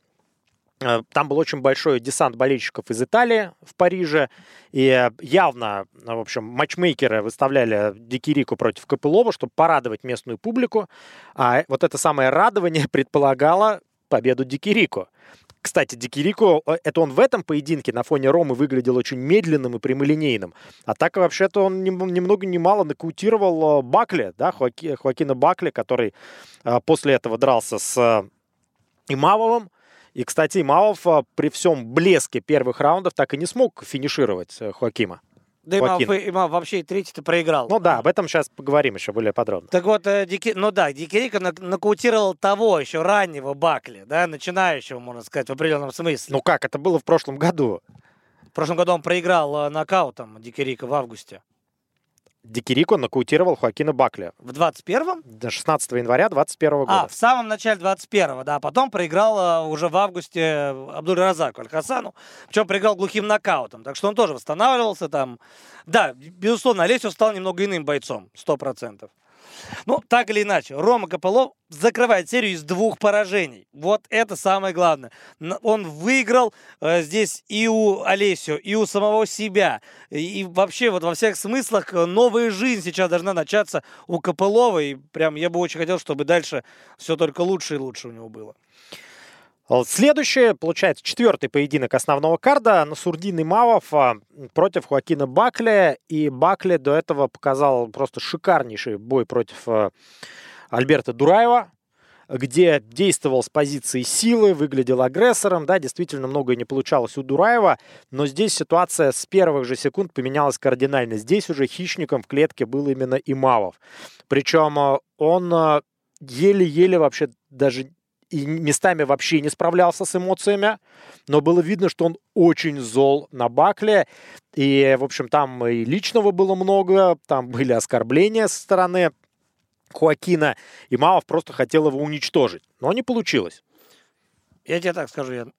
там был очень большой десант болельщиков из Италии в Париже, и явно, в общем, матчмейкеры выставляли Дикирико против Копылова, чтобы порадовать местную публику, а вот это самое радование предполагало победу Дикирико. Кстати, Дикирико, это он в этом поединке на фоне Ромы выглядел очень медленным и прямолинейным. А так вообще-то он ни много ни мало нокаутировал Бакли, да, Хоакина Бакли, который после этого дрался с Имавовым. И, кстати, Имавов при всем блеске первых раундов так и не смог финишировать Хоакима. Да, Имав вообще и третий-то проиграл. Ну да, об этом сейчас поговорим еще более подробно. Так вот, Дикирико нокаутировал того еще раннего Бакли, да, начинающего, можно сказать, в определенном смысле. Ну как, это было в прошлом году. В прошлом году он проиграл нокаутом Дикирико в августе. Дикирико нокаутировал Хоакина Бакли. В 21-м? 16 января 21 года. В самом начале 21-го, да. Потом проиграл уже в августе Абдуль-Разаку Аль-Хасану. Причем проиграл глухим нокаутом. Так что он тоже восстанавливался там. Да, безусловно, Олесио стал немного иным бойцом. 100%. Ну, так или иначе, Рома Копылов закрывает серию из 2 поражений. Вот это самое главное. Он выиграл здесь и у Олесио, и у самого себя. И вообще вот во всех смыслах новая жизнь сейчас должна начаться у Копылова. И прям я бы очень хотел, чтобы дальше все только лучше и лучше у него было. Следующее, получается, 4-й поединок основного карда. Насурдин Имавов против Хоакина Бакли. И Бакли до этого показал просто шикарнейший бой против Альберта Дураева, где действовал с позиции силы, выглядел агрессором. Да, действительно многое не получалось у Дураева. Но здесь ситуация с первых же секунд поменялась кардинально. Здесь уже хищником в клетке был именно Имавов. Причем он еле-еле вообще даже... и местами вообще не справлялся с эмоциями, но было видно, что он очень зол на Бакли. И, в общем, там и личного было много, там были оскорбления со стороны Хоакина. Имавов просто хотел его уничтожить, но не получилось. Я тебе так скажу, Ян.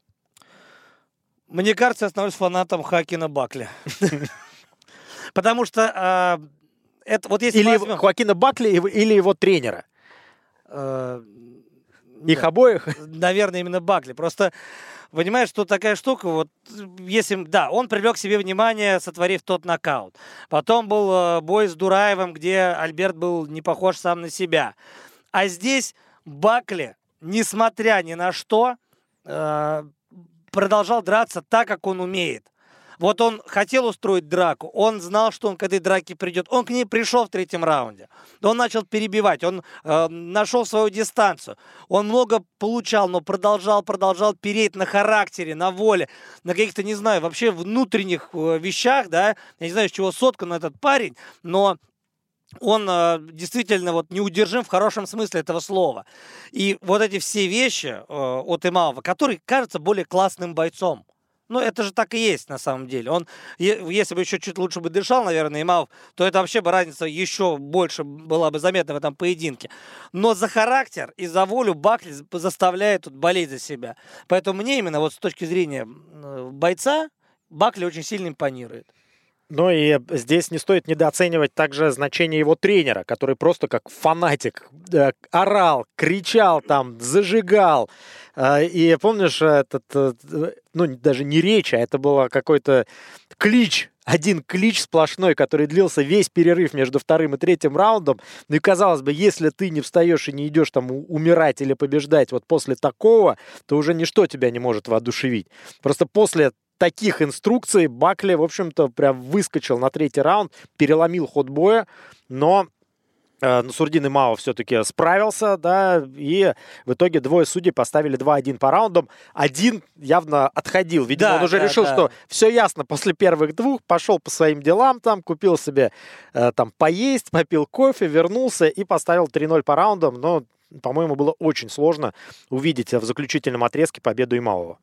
Мне кажется, я становлюсь фанатом Хоакина Бакли. Потому что это вот если или Хоакина Бакли, или его тренера. Их обоих? Наверное, именно Бакли. Просто, понимаешь, что такая штука, вот, если, да, он привлек к себе внимание, сотворив тот нокаут. Потом был бой с Дураевым, где Альберт был не похож сам на себя. А здесь Бакли, несмотря ни на что, продолжал драться так, как он умеет. Вот он хотел устроить драку, он знал, что он к этой драке придет. Он к ней пришел в 3-м раунде. Он начал перебивать, он нашел свою дистанцию. Он много получал, но продолжал переть на характере, на воле, на каких-то, не знаю, вообще внутренних вещах, да. Я не знаю, с чего соткан этот парень, но он действительно вот неудержим в хорошем смысле этого слова. И вот эти все вещи от Имавова, который кажется более классным бойцом, Ну, это же так и есть на самом деле. Он, если бы еще чуть лучше бы дышал, наверное, Имавов, то это вообще бы разница еще больше была бы заметна в этом поединке. Но за характер и за волю Бакли заставляет тут болеть за себя. Поэтому мне именно вот с точки зрения бойца Бакли очень сильно импонирует. Ну и здесь не стоит недооценивать также значение его тренера, который просто как фанатик орал, кричал там, зажигал. И помнишь, ну даже не речь, а это было какой-то клич, один клич сплошной, который длился весь перерыв между вторым и третьим раундом. Ну и казалось бы, если ты не встаешь и не идешь там умирать или побеждать вот после такого, то уже ничто тебя не может воодушевить. Просто после таких инструкций Бакли, в общем-то, прям выскочил на третий раунд, переломил ход боя, но Насурдин Имавов все-таки справился, да, и в итоге двое судей поставили 2-1 по раундам. Один явно отходил. Видимо, он уже решил, что все ясно после первых двух, пошел по своим делам, там, купил себе там поесть, попил кофе, вернулся и поставил 3-0 по раундам. Но, по-моему, было очень сложно увидеть в заключительном отрезке победу Имавова.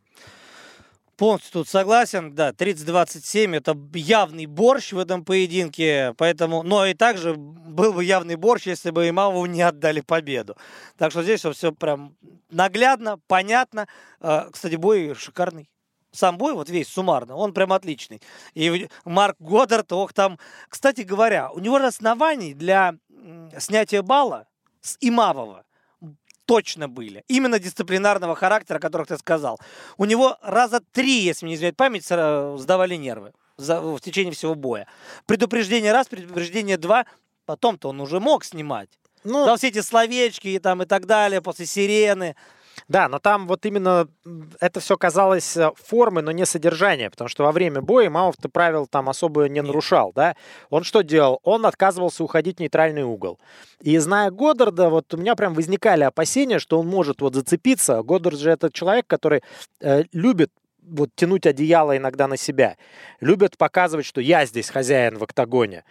Полностью тут согласен, да, 30-27 это явный борщ в этом поединке, поэтому, но и также был бы явный борщ, если бы Имавову не отдали победу. Так что здесь все прям наглядно, понятно. Кстати, бой шикарный. Сам бой, вот весь суммарно, он прям отличный. И Марк Годдард, там, кстати говоря, у него оснований для снятия балла с Имавова точно были. Именно дисциплинарного характера, о которых ты сказал. У него раза 3, если мне не изменяет память, сдавали нервы в течение всего боя. Предупреждение раз, предупреждение 2. Потом-то он уже мог снимать. Ну, да, все эти словечки и так далее, после сирены. Да, но там вот именно это все казалось формой, но не содержание, потому что во время боя Имавов-то правил там особо не нарушал, да. Он что делал? Он отказывался уходить в нейтральный угол. И зная Годдарда, вот у меня прям возникали опасения, что он может вот зацепиться. Годдард же это человек, который любит вот тянуть одеяло иногда на себя, любит показывать, что я здесь хозяин в октагоне.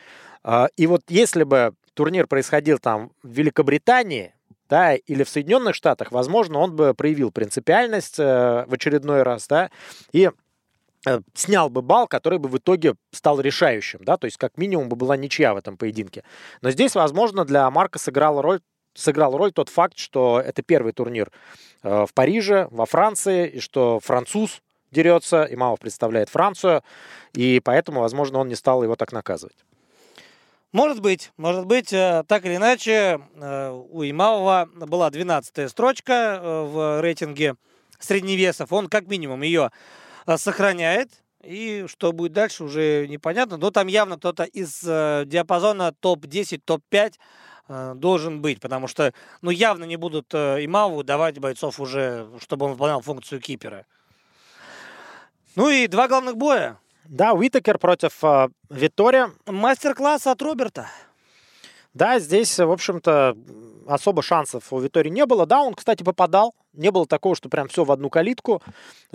И вот если бы турнир происходил там в Великобритании, да, или в Соединенных Штатах, возможно, он бы проявил принципиальность в очередной раз, да, и снял бы балл, который бы в итоге стал решающим, да, то есть как минимум бы была ничья в этом поединке. Но здесь, возможно, для Марка сыграл роль тот факт, что это первый турнир в Париже, во Франции, и что француз дерется, Имавов представляет Францию, и поэтому, возможно, он не стал его так наказывать. Может быть, так или иначе, у Имавова была 12-я строчка в рейтинге средневесов. Он как минимум ее сохраняет. И что будет дальше, уже непонятно. Но там явно кто-то из диапазона топ-10, топ-5 должен быть. Потому что явно не будут Имавову давать бойцов уже, чтобы он выполнял функцию кипера. Ну и 2 главных боя. Да, Уитакер против Виттори. Мастер-класс от Роберта. Да, здесь, в общем-то, особо шансов у Виттори не было. Да, он, кстати, попадал. Не было такого, что прям все в одну калитку.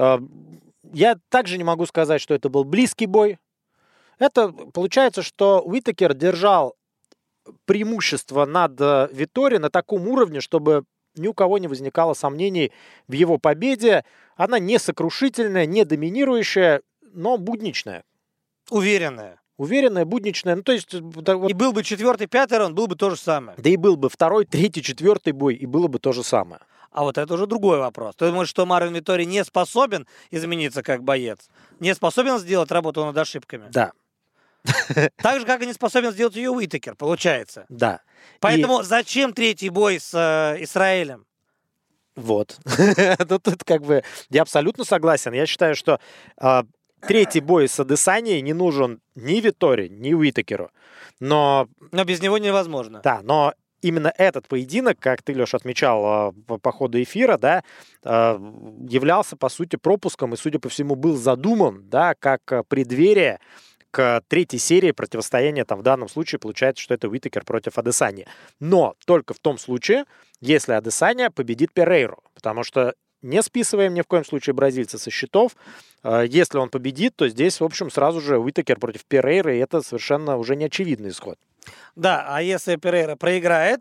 Я также не могу сказать, что это был близкий бой. Это получается, что Уитакер держал преимущество над Виттори на таком уровне, чтобы ни у кого не возникало сомнений в его победе. Она не сокрушительная, не доминирующая, но будничная. Уверенная, будничная. Ну, то есть... И был бы 4-й, 5-й раунд, был бы то же самое. Да и был бы 2-й, 3-й, 4-й бой, и было бы то же самое. А вот это уже другой вопрос. Ты думаешь, что Марвин Виттори не способен измениться как боец? Не способен сделать работу над ошибками? Да. Так же, как и не способен сделать ее Уитакер, получается. Да. Поэтому зачем 3-й бой с Израилем? Вот. Тут как бы я абсолютно согласен. Я считаю, что 3-й бой с Адесаньей не нужен ни Виттори, ни Уитакеру. Но без него невозможно. Да, но именно этот поединок, как ты, Леш, отмечал по ходу эфира, да, являлся, по сути, пропуском и, судя по всему, был задуман, да, как преддверие к 3-й серии противостояния, там в данном случае получается, что это Уитакер против Адесаньи. Но только в том случае, если Адесанья победит Перейру, потому что не списываем ни в коем случае бразильца со счетов. Если он победит, то здесь, в общем, сразу же Уитакер против Перейры, и это совершенно уже не очевидный исход. Да, а если Перейра проиграет,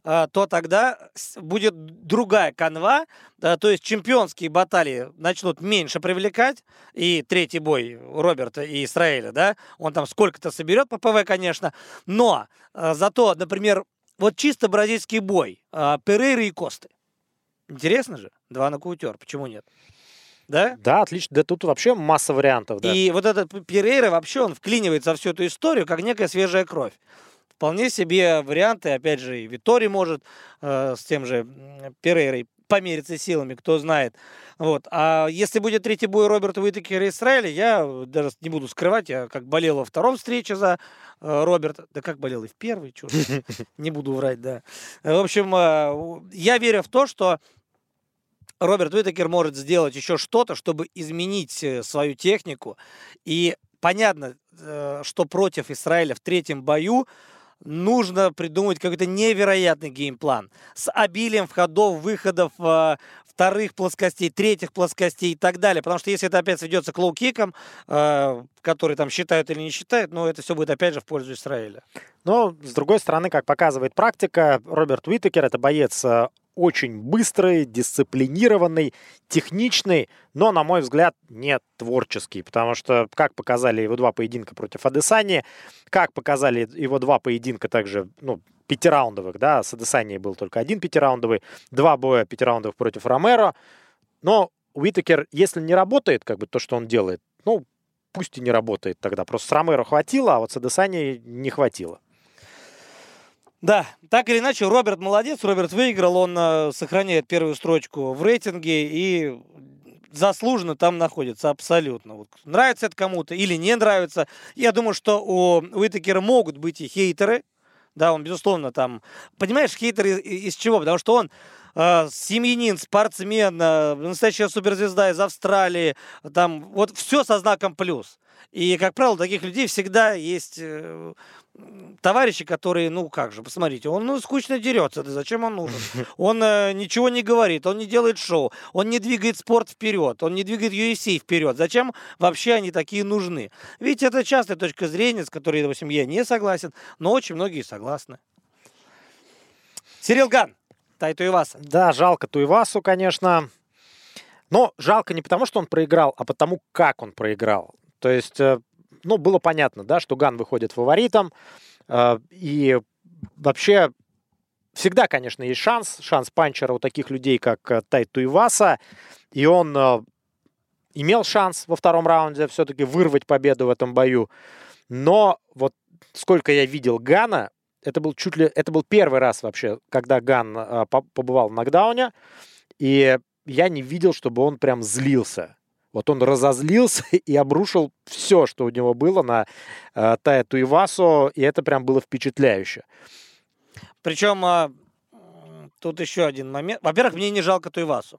то тогда будет другая канва, то есть чемпионские баталии начнут меньше привлекать, и третий бой Роберта и Исраэля, да, он там сколько-то соберет по ПВ, конечно, но зато, например, вот чисто бразильский бой Перейры и Косты. Интересно же? 2 нокаутера, почему нет? Да? Да, отлично. Да тут вообще масса вариантов. Да. И вот этот Перейра вообще, он вклинивается во всю эту историю, как некая свежая кровь. Вполне себе варианты, опять же, и Виттори может с тем же Перейрой помериться силами, кто знает. Вот. А если будет третий бой Роберта Уитакера и Израиля, я даже не буду скрывать, я как болел во втором встрече за Роберта, да как болел и в первой, чушь, не буду врать, да. В общем, я верю в то, что Роберт Уитакер может сделать еще что-то, чтобы изменить свою технику. И понятно, что против Израиля в третьем бою нужно придумать какой-то невероятный геймплан с обилием входов, выходов, вторых плоскостей, третьих плоскостей и так далее. Потому что если это опять сведется к лоу-кикам, которые там считают или не считают, ну, это все будет опять же в пользу Израиля. Но, с другой стороны, как показывает практика, Роберт Уитакер — это боец очень быстрый, дисциплинированный, техничный, но, на мой взгляд, не творческий. Потому что, как показали его 2 поединка против Адесани, как показали его 2 поединка также, ну, 5-раундовых, да, с Адесани был только 1 5-раундовый, 2 боя 5-раундовых против Ромеро. Но Уитакер, если не работает, как бы то, что он делает, ну, пусть и не работает тогда. Просто с Ромеро хватило, а вот с Адесани не хватило. Да, так или иначе, Роберт молодец, Роберт выиграл, он сохраняет первую строчку в рейтинге и заслуженно там находится, абсолютно. Вот, нравится это кому-то или не нравится. Я думаю, что у Уитакера могут быть и хейтеры. Да, он, безусловно, там... Понимаешь, хейтеры из чего? Потому что он семьянин, спортсмен, настоящая суперзвезда из Австралии. Там вот все со знаком плюс. И, как правило, у таких людей всегда есть товарищи, которые, ну как же, посмотрите, он скучно дерется, да зачем он нужен? Он ничего не говорит, он не делает шоу, он не двигает спорт вперед, он не двигает UFC вперед. Зачем вообще они такие нужны? Ведь это частая точка зрения, с которой, допустим, я не согласен, но очень многие согласны. Сирил Ган, Tai Туиваса. Да, жалко Туивасу, конечно. Но жалко не потому, что он проиграл, а потому, как он проиграл. То есть, ну, было понятно, да, что Ган выходит фаворитом. И вообще всегда, конечно, есть шанс панчера у таких людей, как Tai Туиваса. И он имел шанс во втором раунде все-таки вырвать победу в этом бою. Но вот сколько я видел Гана, это был первый раз вообще, когда Ган побывал в нокдауне. И я не видел, чтобы он прям злился. Вот он разозлился и обрушил все, что у него было на Тая Туивасу, и это прям было впечатляюще. Причем тут еще один момент. Во-первых, мне не жалко Туивасу.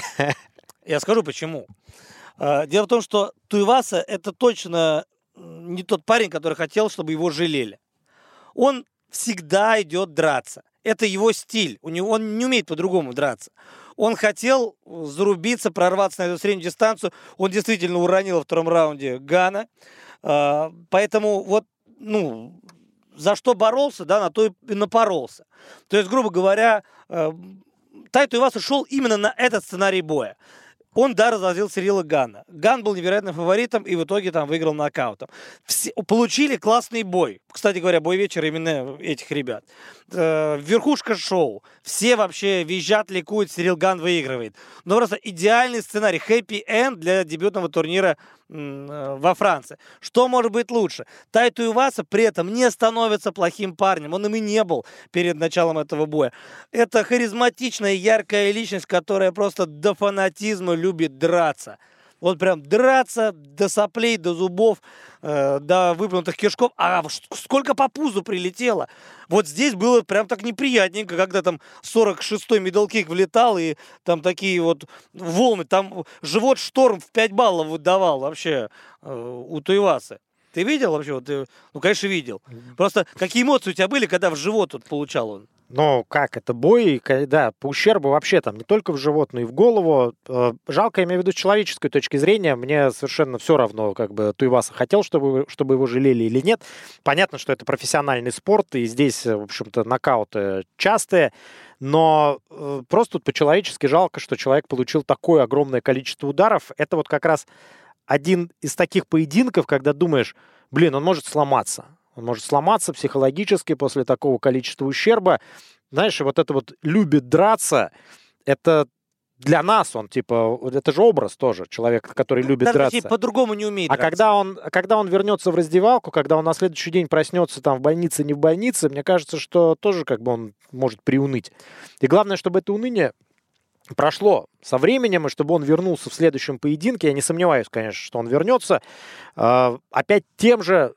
Я скажу почему. Дело в том, что Туиваса это точно не тот парень, который хотел, чтобы его жалели. Он всегда идет драться. Это его стиль. Он не умеет по-другому драться. Он хотел зарубиться, прорваться на эту среднюю дистанцию. Он действительно уронил во втором раунде Гана. Поэтому вот, ну, за что боролся, да, на то и напоролся. То есть, грубо говоря, Tai Туиваса шел именно на этот сценарий боя. Он, да, разозлил Сирила Гана. Ган был невероятным фаворитом и в итоге там выиграл нокаутом. Все получили классный бой. Кстати говоря, бой вечера именно этих ребят. Верхушка шоу. Все вообще визжат, ликуют, Сирил Ган выигрывает. Но просто идеальный сценарий. Хэппи-энд для дебютного турнира во Франции. Что может быть лучше? Tai Туиваса при этом не становится плохим парнем. Он им и не был перед началом этого боя. Это харизматичная, яркая личность, которая просто до фанатизма любит драться. Вот прям драться до соплей, до зубов, до выплюнутых кишков. А сколько по пузу прилетело. Вот здесь было прям так неприятненько, когда там 46-й мидл-кик влетал, и там такие вот волны. Там живот шторм в 5 баллов выдавал вообще у Туивасы. Ты видел вообще? Ну, конечно, видел. Просто какие эмоции у тебя были, когда в живот тут получал он? Ну, как это бой, да, по ущербу вообще там не только в живот, но и в голову. Жалко, я имею в виду с человеческой точки зрения, мне совершенно все равно, как бы Туиваса хотел, чтобы его жалели или нет. Понятно, что это профессиональный спорт, и здесь, в общем-то, нокауты частые, но просто тут по-человечески жалко, что человек получил такое огромное количество ударов. Это вот как раз один из таких поединков, когда думаешь, блин, он может сломаться. Он может сломаться психологически после такого количества ущерба. Знаешь, и вот это вот любит драться, это для нас он, типа, вот это же образ тоже человека, который любит Даже драться. по-другому не умеет А драться. когда он вернется в раздевалку, когда он на следующий день проснется там в больнице, не в больнице, мне кажется, что тоже как бы он может приуныть. И главное, чтобы это уныние прошло со временем, и чтобы он вернулся в следующем поединке. Я не сомневаюсь, конечно, что он вернется. Опять тем же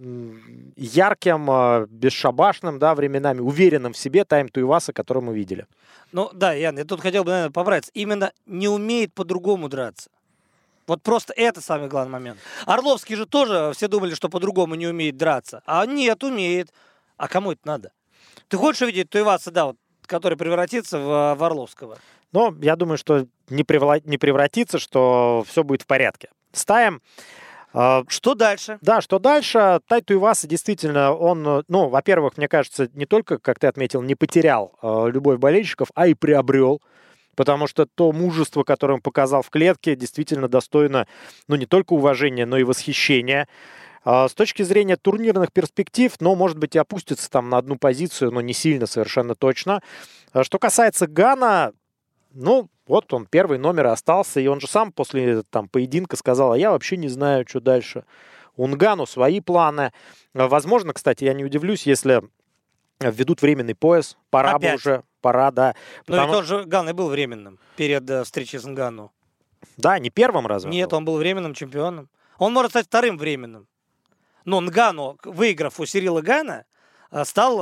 ярким, бесшабашным, да, временами, уверенным в себе Тайм Туиваса, который мы видели. Ну да, Ян, я тут хотел бы, наверное, поправиться. Именно не умеет по-другому драться. Вот просто это самый главный момент. Орловский же тоже все думали, что по-другому не умеет драться. А нет, умеет. А кому это надо? Ты хочешь увидеть Туиваса, да, вот, который превратится в Орловского? Но я думаю, что не превратится, что все будет в порядке. С Таем... Что дальше? Да, что дальше? Тай Туиваса действительно, он, ну, во-первых, мне кажется, не только, как ты отметил, не потерял любовь болельщиков, а и приобрел. Потому что то мужество, которое он показал в клетке, действительно достойно, ну, не только уважения, но и восхищения. С точки зрения турнирных перспектив, ну, может быть, и опустится там на одну позицию, но не сильно совершенно точно. Что касается Гана, ну, вот он первый номер остался, и он же сам после там поединка сказал, а я вообще не знаю, что дальше. У Нгану свои планы. Возможно, кстати, я не удивлюсь, если введут временный пояс. Пора бы Опять? уже, пора, да. Но ведь Потому... тот же Ган и был временным перед встречей с Нгану. Да, не первым разве? Нет, был? он был временным чемпионом. Он может стать вторым временным. Но Нгану, выиграв у Сирила Гана, стал,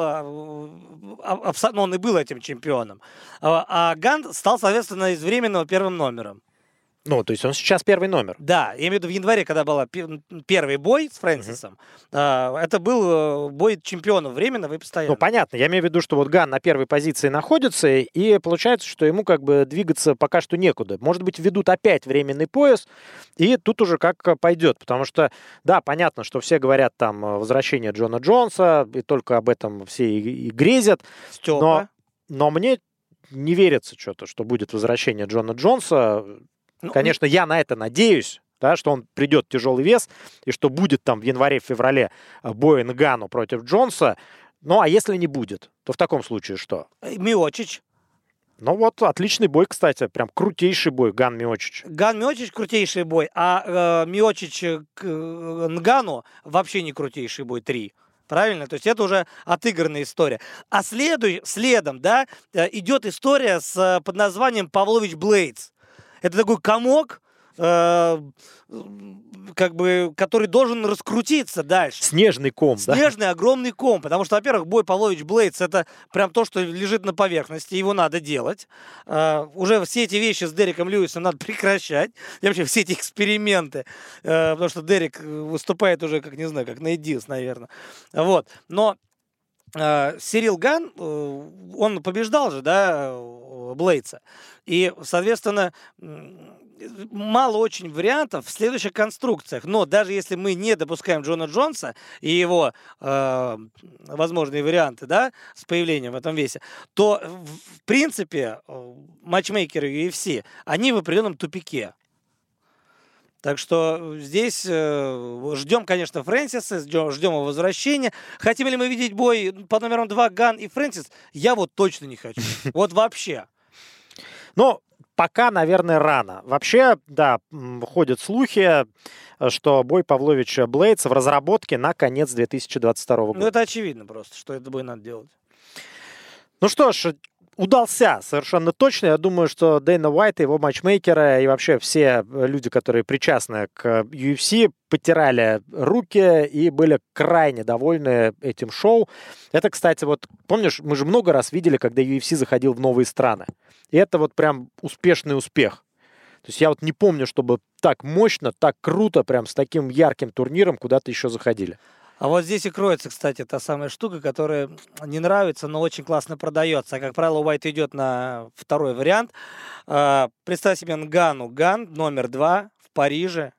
ну, он и был этим чемпионом. А Ган стал, соответственно, из временного первым номером. Ну, то есть он сейчас первый номер. Да, я имею в виду в январе, когда был первый бой с Фрэнсисом, это был бой чемпионов временного и постоянного. Ну, понятно. Я имею в виду, что вот Ган на первой позиции находится, и получается, что ему как бы двигаться пока что некуда. Может быть, введут опять временный пояс, и тут уже как пойдет. Потому что, да, понятно, что все говорят там возвращение Джона Джонса, и только об этом все и грезят. Но мне не верится что-то, что будет возвращение Джона Джонса. Ну, конечно, я на это надеюсь, да, что он придет в тяжелый вес, и что будет там в январе-феврале бой Нгану против Джонса. Ну, а если не будет, то в таком случае что? Миочич. Ну вот, отличный бой, кстати, прям крутейший бой Ган-Миочич. Ган-Миочич крутейший бой, а Миочич Нгану вообще не крутейший бой 3. Правильно? То есть это уже отыгранная история. А следом, да, идет история под названием Павлович Блейдс. Это такой комок, как бы, который должен раскрутиться дальше. Снежный ком, да? Снежный огромный ком, потому что, во-первых, бой Павлович Блейдс — это прям то, что лежит на поверхности, его надо делать. Уже все эти вещи с Дереком Льюисом надо прекращать, и вообще все эти эксперименты, потому что Дерек выступает уже, как, не знаю, как Нейт Диас, наверное. Вот, но Сирил Ган, он побеждал же, да, Блейдса. И, соответственно, мало очень вариантов в следующих конструкциях. Но даже если мы не допускаем Джона Джонса и его возможные варианты, да, с появлением в этом весе, то, в принципе, матчмейкеры UFC, они в определенном тупике. Так что здесь ждем, конечно, Фрэнсиса, ждем его возвращения. Хотим ли мы видеть бой под номером 2 Ган и Фрэнсис? Я вот точно не хочу. Вот вообще. Ну, пока, наверное, рано. Вообще, да, ходят слухи, что бой Павловича-Блейдса в разработке на конец 2022 года. Ну, это очевидно просто, что этот бой надо делать. Ну что ж, удался совершенно точно. Я думаю, что Дэйна Уайт, его матчмейкеры и вообще все люди, которые причастны к UFC, потирали руки и были крайне довольны этим шоу. Это, кстати, вот, помнишь, мы же много раз видели, когда UFC заходил в новые страны. И это вот прям успешный успех. То есть я вот не помню, чтобы так мощно, так круто, прям с таким ярким турниром куда-то еще заходили. А вот здесь и кроется, кстати, та самая штука, которая не нравится, но очень классно продается. А, как правило, Уайт идет на второй вариант. Представь себе Нгану. Ган номер 2 в Париже.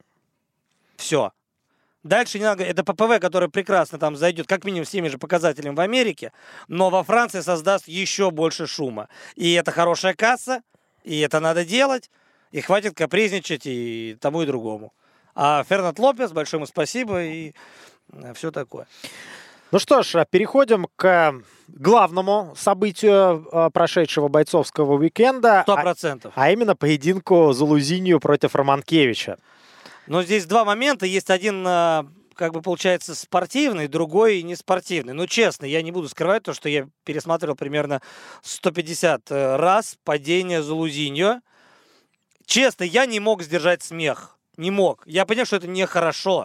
Все. Дальше не надо. Это ППВ, который прекрасно там зайдет, как минимум, с теми же показателями в Америке, но во Франции создаст еще больше шума. И это хорошая касса, и это надо делать, и хватит капризничать и тому, и другому. А Фернанд Лопес, большое ему спасибо, и все такое. Ну что ж, переходим к главному событию прошедшего бойцовского уикенда. 100%. А именно поединку Залузинью против Романкевича. Но здесь два момента. Есть один, как бы получается, спортивный, другой не спортивный. Ну, честно, я не буду скрывать то, что я пересматривал примерно 150 раз падение Залузиньо. Честно, я не мог сдержать смех. Не мог. Я понял, что это нехорошо.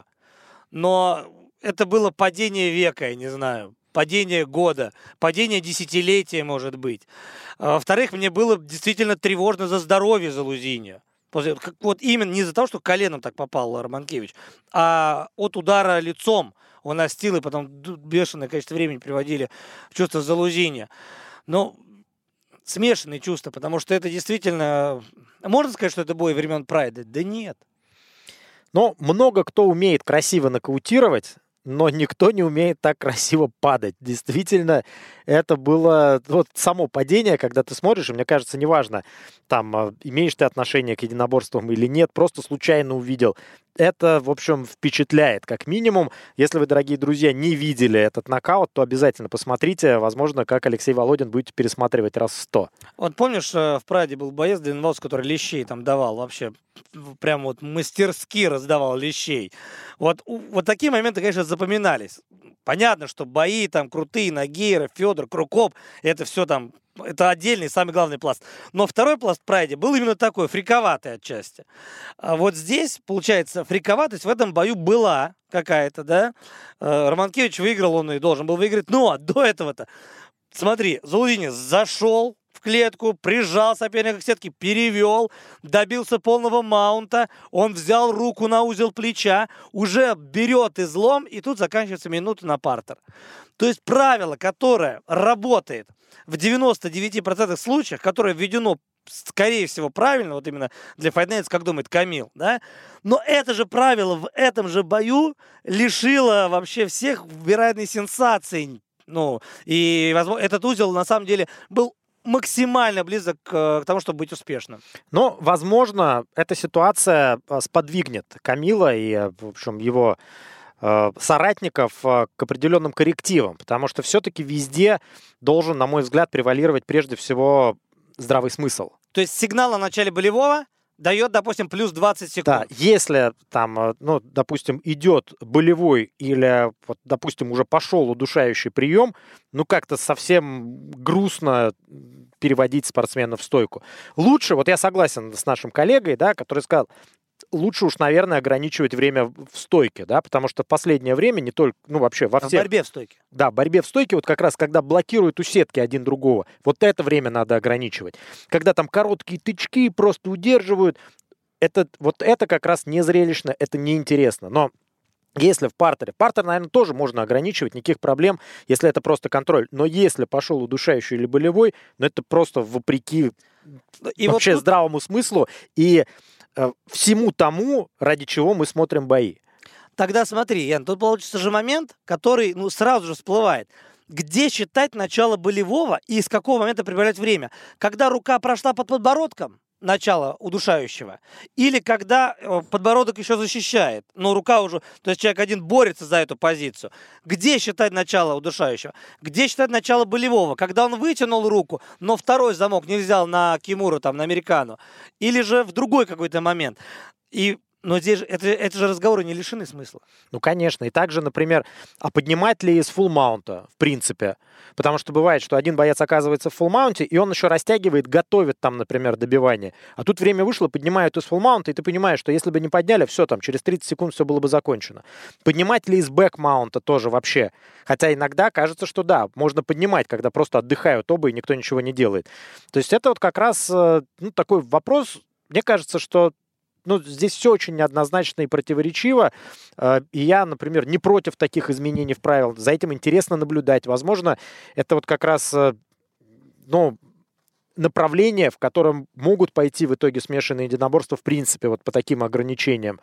Но это было падение века, я не знаю. Падение года. Падение десятилетия, может быть. Во-вторых, мне было действительно тревожно за здоровье Залузиньо. Вот именно не из-за того, что коленом так попал Романкевич, а от удара лицом он остил, и потом бешеное количество времени приводили в чувство Залузиньо. Но смешанные чувства, потому что это действительно... Можно сказать, что это бой времен Прайда? Да нет. Но много кто умеет красиво нокаутировать, но никто не умеет так красиво падать. Действительно, это было вот само падение, когда ты смотришь, и мне кажется, неважно, там, имеешь ты отношение к единоборствам или нет, просто случайно увидел. Это, в общем, впечатляет, как минимум. Если вы, дорогие друзья, не видели этот нокаут, то обязательно посмотрите. Возможно, как Алексей Володин будете пересматривать раз 100. Вот помнишь, в Прайде был боец Длинновоз, который лещей там давал вообще, прям вот мастерски раздавал лещей. Вот такие моменты, конечно, запоминались. Понятно, что бои там крутые, Нагиеров, Федор, Крукоп, это все там, это отдельный, самый главный пласт. Но второй пласт в Прайде был именно такой, фриковатый отчасти. А вот здесь, получается, фриковатость в этом бою была какая-то, да. Романкевич выиграл, он и должен был выиграть. Но до этого-то, смотри, Залузиньо зашел в клетку, прижал соперника к сетке, перевел, добился полного маунта, он взял руку на узел плеча, уже берет излом, и тут заканчивается минута на партер. То есть правило, которое работает в 99% случаях, которое введено, скорее всего, правильно, вот именно для Fight Nights, как думает Камил, да, но это же правило в этом же бою лишило вообще всех вероятной сенсации. Ну, и, возможно, этот узел, на самом деле, был максимально близок к тому, чтобы быть успешным. Но, возможно, эта ситуация сподвигнет Камила и, в общем, его соратников к определенным коррективам, потому что все-таки везде должен, на мой взгляд, превалировать прежде всего здравый смысл. То есть сигнал о начале болевого дает, допустим, плюс 20 секунд. Да, если там, ну, допустим, идет болевой или, вот, допустим, уже пошел удушающий прием, ну, как-то совсем грустно переводить спортсмена в стойку. Лучше, вот я согласен с нашим коллегой, да, который сказал, лучше уж, наверное, ограничивать время в стойке, да, потому что в последнее время не только, ну, вообще во всех... В борьбе в стойке. Да, в борьбе в стойке, вот как раз, когда блокируют у сетки один другого, вот это время надо ограничивать. Когда там короткие тычки просто удерживают, вот это как раз не зрелищно, это неинтересно. Но если в партере, наверное, тоже можно ограничивать, никаких проблем, если это просто контроль. Но если пошел удушающий или болевой, ну, это просто вопреки и вообще вот тут... здравому смыслу и всему тому, ради чего мы смотрим бои. Тогда смотри, Ян, тут получится же момент, который, ну, сразу же всплывает. Где считать начало болевого и с какого момента прибавлять время? Когда рука прошла под подбородком, начало удушающего, или когда подбородок еще защищает, но рука уже, то есть человек один борется за эту позицию. Где считать начало удушающего? Где считать начало болевого? Когда он вытянул руку, но второй замок не взял на Кимуру, там, на Американу, или же в другой какой-то момент. Но здесь же, это же разговоры не лишены смысла. Ну, конечно. И также, например, а поднимать ли из фулл-маунта, в принципе? Потому что бывает, что один боец оказывается в фулл-маунте, и он еще растягивает, готовит там, например, добивание. А тут время вышло, поднимают из фулл-маунта, и ты понимаешь, что если бы не подняли, все, там, через 30 секунд все было бы закончено. Поднимать ли из бэк-маунта тоже вообще? Хотя иногда кажется, что да, можно поднимать, когда просто отдыхают оба, и никто ничего не делает. То есть это вот как раз, ну, такой вопрос, мне кажется, что ну, здесь все очень неоднозначно и противоречиво. И я, например, не против таких изменений в правилах. За этим интересно наблюдать. Возможно, это вот как раз, ну, направление, в котором могут пойти в итоге смешанные единоборства в принципе вот по таким ограничениям.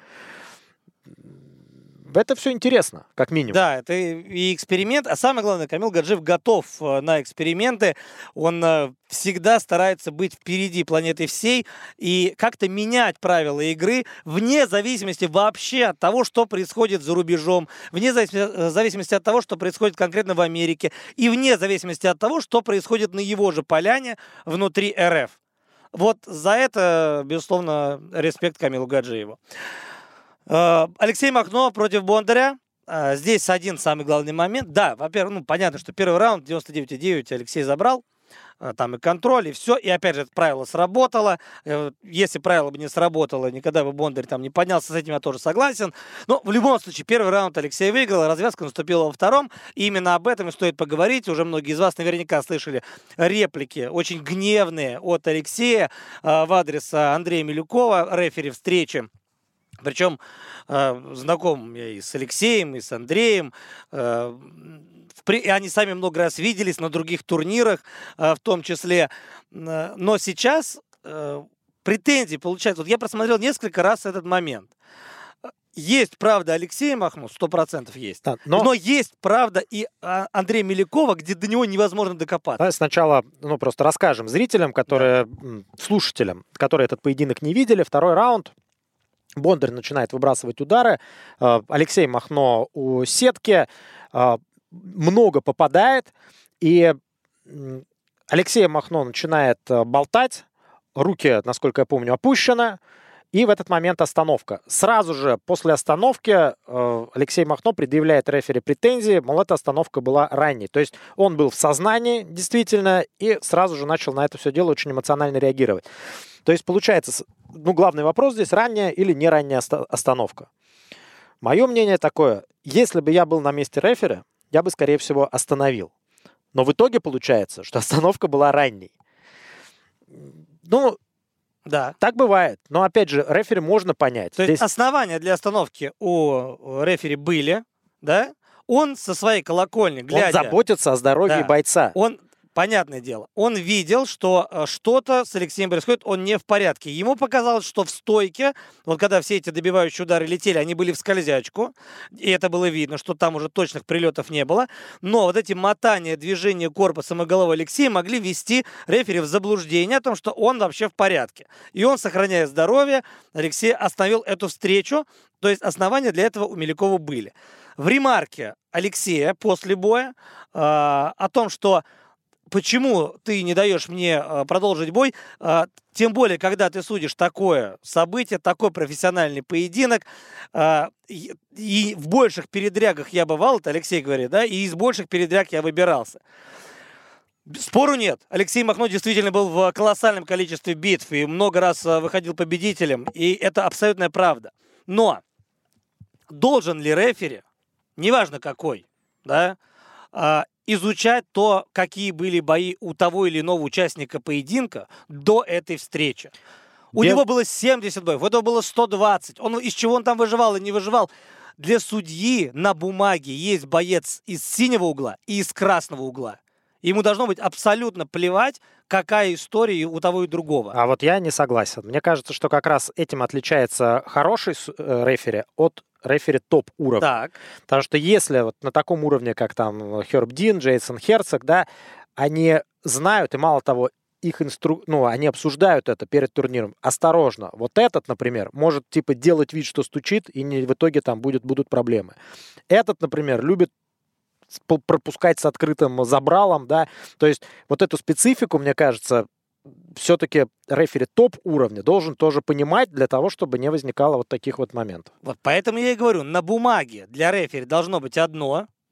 Это все интересно, как минимум. Да, это и эксперимент, а самое главное, Камил Гаджиев готов на эксперименты, он всегда старается быть впереди планеты всей и как-то менять правила игры вне зависимости вообще от того, что происходит за рубежом, вне зависимости от того, что происходит конкретно в Америке, и вне зависимости от того, что происходит на его же поляне внутри РФ. Вот за это, безусловно, респект Камилу Гаджиеву. Алексей Махно против Бондаря. Здесь один самый главный момент. Да, во-первых, ну, понятно, что первый раунд 99,9 Алексей забрал. Там и контроль, и все. И опять же, это правило сработало. Если правило бы не сработало, никогда бы Бондарь там не поднялся. С этим я тоже согласен. Но в любом случае, первый раунд Алексей выиграл. Развязка наступила во втором. И именно об этом и стоит поговорить. Уже многие из вас наверняка слышали реплики очень гневные от Алексея в адрес Андрея Милюкова, рефери встречи. Причем знаком я и с Алексеем, и с Андреем. Они сами много раз виделись на других турнирах, в том числе. Но сейчас претензии получаются. Вот я просмотрел несколько раз этот момент. Есть правда Алексея Махно, 100% есть. Да, но есть правда и Андрея Милюкова, где до него невозможно докопаться. Давай сначала просто расскажем зрителям, слушателям, которые этот поединок не видели. Второй раунд. Бондарь начинает выбрасывать удары. Алексей Махно у сетки. Много попадает. И Алексей Махно начинает болтать. Руки, насколько я помню, опущены. И в этот момент остановка. Сразу же после остановки Алексей Махно предъявляет рефери претензии, мол, эта остановка была ранней. То есть он был в сознании, действительно, и сразу же начал на это все дело очень эмоционально реагировать. То есть получается, главный вопрос здесь, ранняя или не ранняя остановка. Мое мнение такое, если бы я был на месте рефери, я бы, скорее всего, остановил. Но в итоге получается, что остановка была ранней. Да. Так бывает. Но, опять же, рефери можно понять. То есть основания для остановки у рефери были, да? Он со своей колокольни, глядя... Он заботится о здоровье бойца. Понятное дело, он видел, что что-то с Алексеем происходит, он не в порядке. Ему показалось, что в стойке, вот когда все эти добивающие удары летели, они были в скользячку, и это было видно, что там уже точных прилетов не было. Но вот эти мотания, движения корпусом и головой Алексея могли ввести рефери в заблуждение о том, что он вообще в порядке. И он, сохраняя здоровье, Алексей остановил эту встречу, то есть основания для этого у Милюкова были. В ремарке Алексея после боя о том, что почему ты не даешь мне продолжить бой, тем более, когда ты судишь такое событие, такой профессиональный поединок, и в больших передрягах я бывал, это Алексей говорит, да, и из больших передряг я выбирался. Спору нет. Алексей Махно действительно был в колоссальном количестве битв и много раз выходил победителем, и это абсолютная правда. Но должен ли рефери, неважно какой, да, изучать то, какие были бои у того или иного участника поединка до этой встречи. У него было 70 боев, у этого было 120. Из чего он там выживал и не выживал. Для судьи на бумаге есть боец из синего угла и из красного угла. Ему должно быть абсолютно плевать, какая история у того и другого. А вот я не согласен. Мне кажется, что как раз этим отличается хороший рефери от рефери топ-уровня. Так. Потому что если вот на таком уровне, как там Херб Дин, Джейсон Херцог, да, они знают, и мало того, они обсуждают это перед турниром. Осторожно. Вот этот, например, может типа делать вид, что стучит, и в итоге там будут проблемы. Этот, например, любит пропускать с открытым забралом, да. То есть вот эту специфику, мне кажется, все-таки рефери топ-уровня должен тоже понимать для того, чтобы не возникало вот таких вот моментов. Вот поэтому я и говорю, на бумаге для рефери должно быть одно,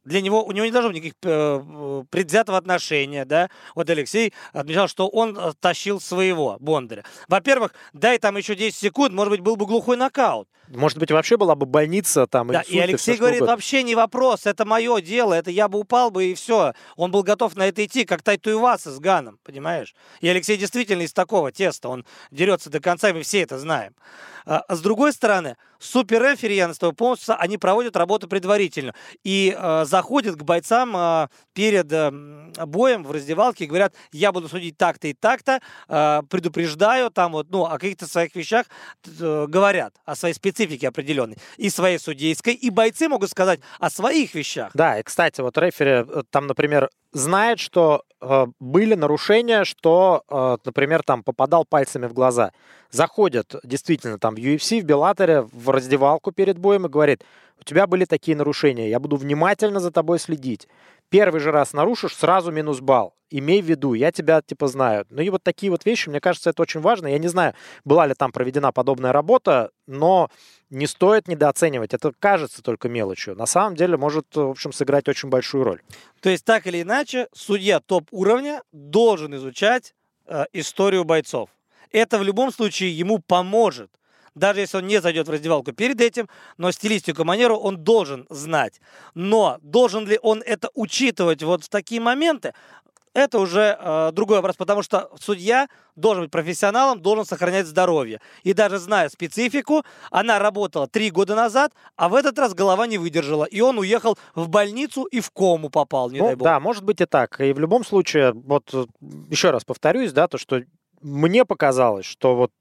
у него не должно быть никаких предвзятого отношения, да. Вот Алексей отмечал, что он тащил своего Бондаря. Во-первых, дай там еще 10 секунд, может быть, был бы глухой нокаут. Может быть, вообще была бы больница, там, Да, инсульт, и Алексей говорит, вообще не вопрос, это мое дело, это я бы упал бы и все. Он был готов на это идти, как Тай Туиваса с Ганом, понимаешь? И Алексей действительно из такого теста, он дерется до конца, и мы все это знаем. А с другой стороны, супер-рефери, я на тобой полностью, они проводят работу предварительно и заходят к бойцам перед боем в раздевалке и говорят, я буду судить так-то и так-то, предупреждаю, там вот, ну, о каких-то своих вещах говорят, о своей специфике определенной, и своей судейской, и бойцы могут сказать о своих вещах. Да, и, кстати, вот рефери там, например, знает, что были нарушения, что, например, там попадал пальцами в глаза. Заходят действительно там в UFC, в Беллаторе, в раздевалку перед боем и говорит, у тебя были такие нарушения, я буду внимательно за тобой следить. Первый же раз нарушишь, сразу минус балл. Имей в виду, я тебя типа знаю. Ну и вот такие вот вещи, мне кажется, это очень важно. Я не знаю, была ли там проведена подобная работа, но не стоит недооценивать. Это кажется только мелочью. На самом деле может, в общем, сыграть очень большую роль. То есть, так или иначе, судья топ-уровня должен изучать историю бойцов. Это в любом случае ему поможет. Даже если он не зайдет в раздевалку перед этим, но стилистику, манеру он должен знать. Но должен ли он это учитывать вот в такие моменты, это уже другой вопрос, потому что судья должен быть профессионалом, должен сохранять здоровье. И даже зная специфику, она работала 3 года назад, а в этот раз голова не выдержала. И он уехал в больницу и в кому попал, не дай бог. Да, может быть и так. И в любом случае, вот еще раз повторюсь, да, то, что мне показалось, что вот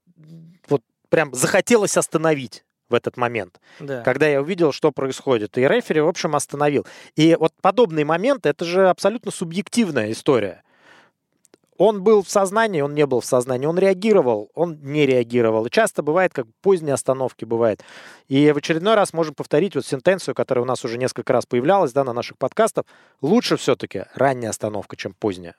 прям захотелось остановить в этот момент, да. Когда я увидел, что происходит. И рефери, в общем, остановил. И вот подобные моменты, это же абсолютно субъективная история. Он был в сознании, он не был в сознании. Он реагировал, он не реагировал. И часто бывает, как поздние остановки бывает. И в очередной раз можем повторить вот сентенцию, которая у нас уже несколько раз появлялась, да, на наших подкастах. Лучше все-таки ранняя остановка, чем поздняя.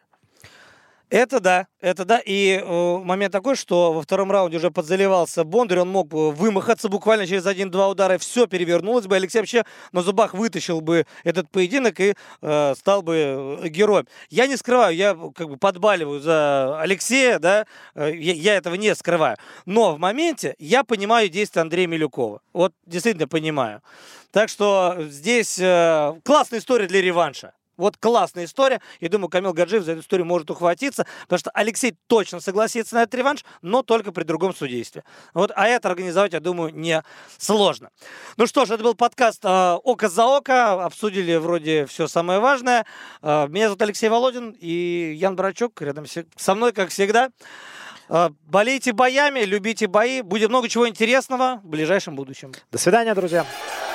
Это да. И момент такой, что во втором раунде уже подзаливался Бондарь, он мог вымахаться буквально через 1-2 удара, все перевернулось бы. Алексей вообще на зубах вытащил бы этот поединок и стал бы героем. Я не скрываю, я как бы подбаливаю за Алексея, да, я этого не скрываю. Но в моменте я понимаю действия Андрея Милюкова. Вот действительно понимаю. Так что здесь классная история для реванша. Вот классная история. И думаю, Камил Гаджиев за эту историю может ухватиться, потому что Алексей точно согласится на этот реванш, но только при другом судействе. Вот, а это организовать, я думаю, не сложно. Ну что ж, это был подкаст «Око за око». Обсудили вроде все самое важное. Меня зовут Алексей Володин и Ян Барачук рядом со мной, как всегда. Болейте боями, любите бои. Будет много чего интересного в ближайшем будущем. До свидания, друзья.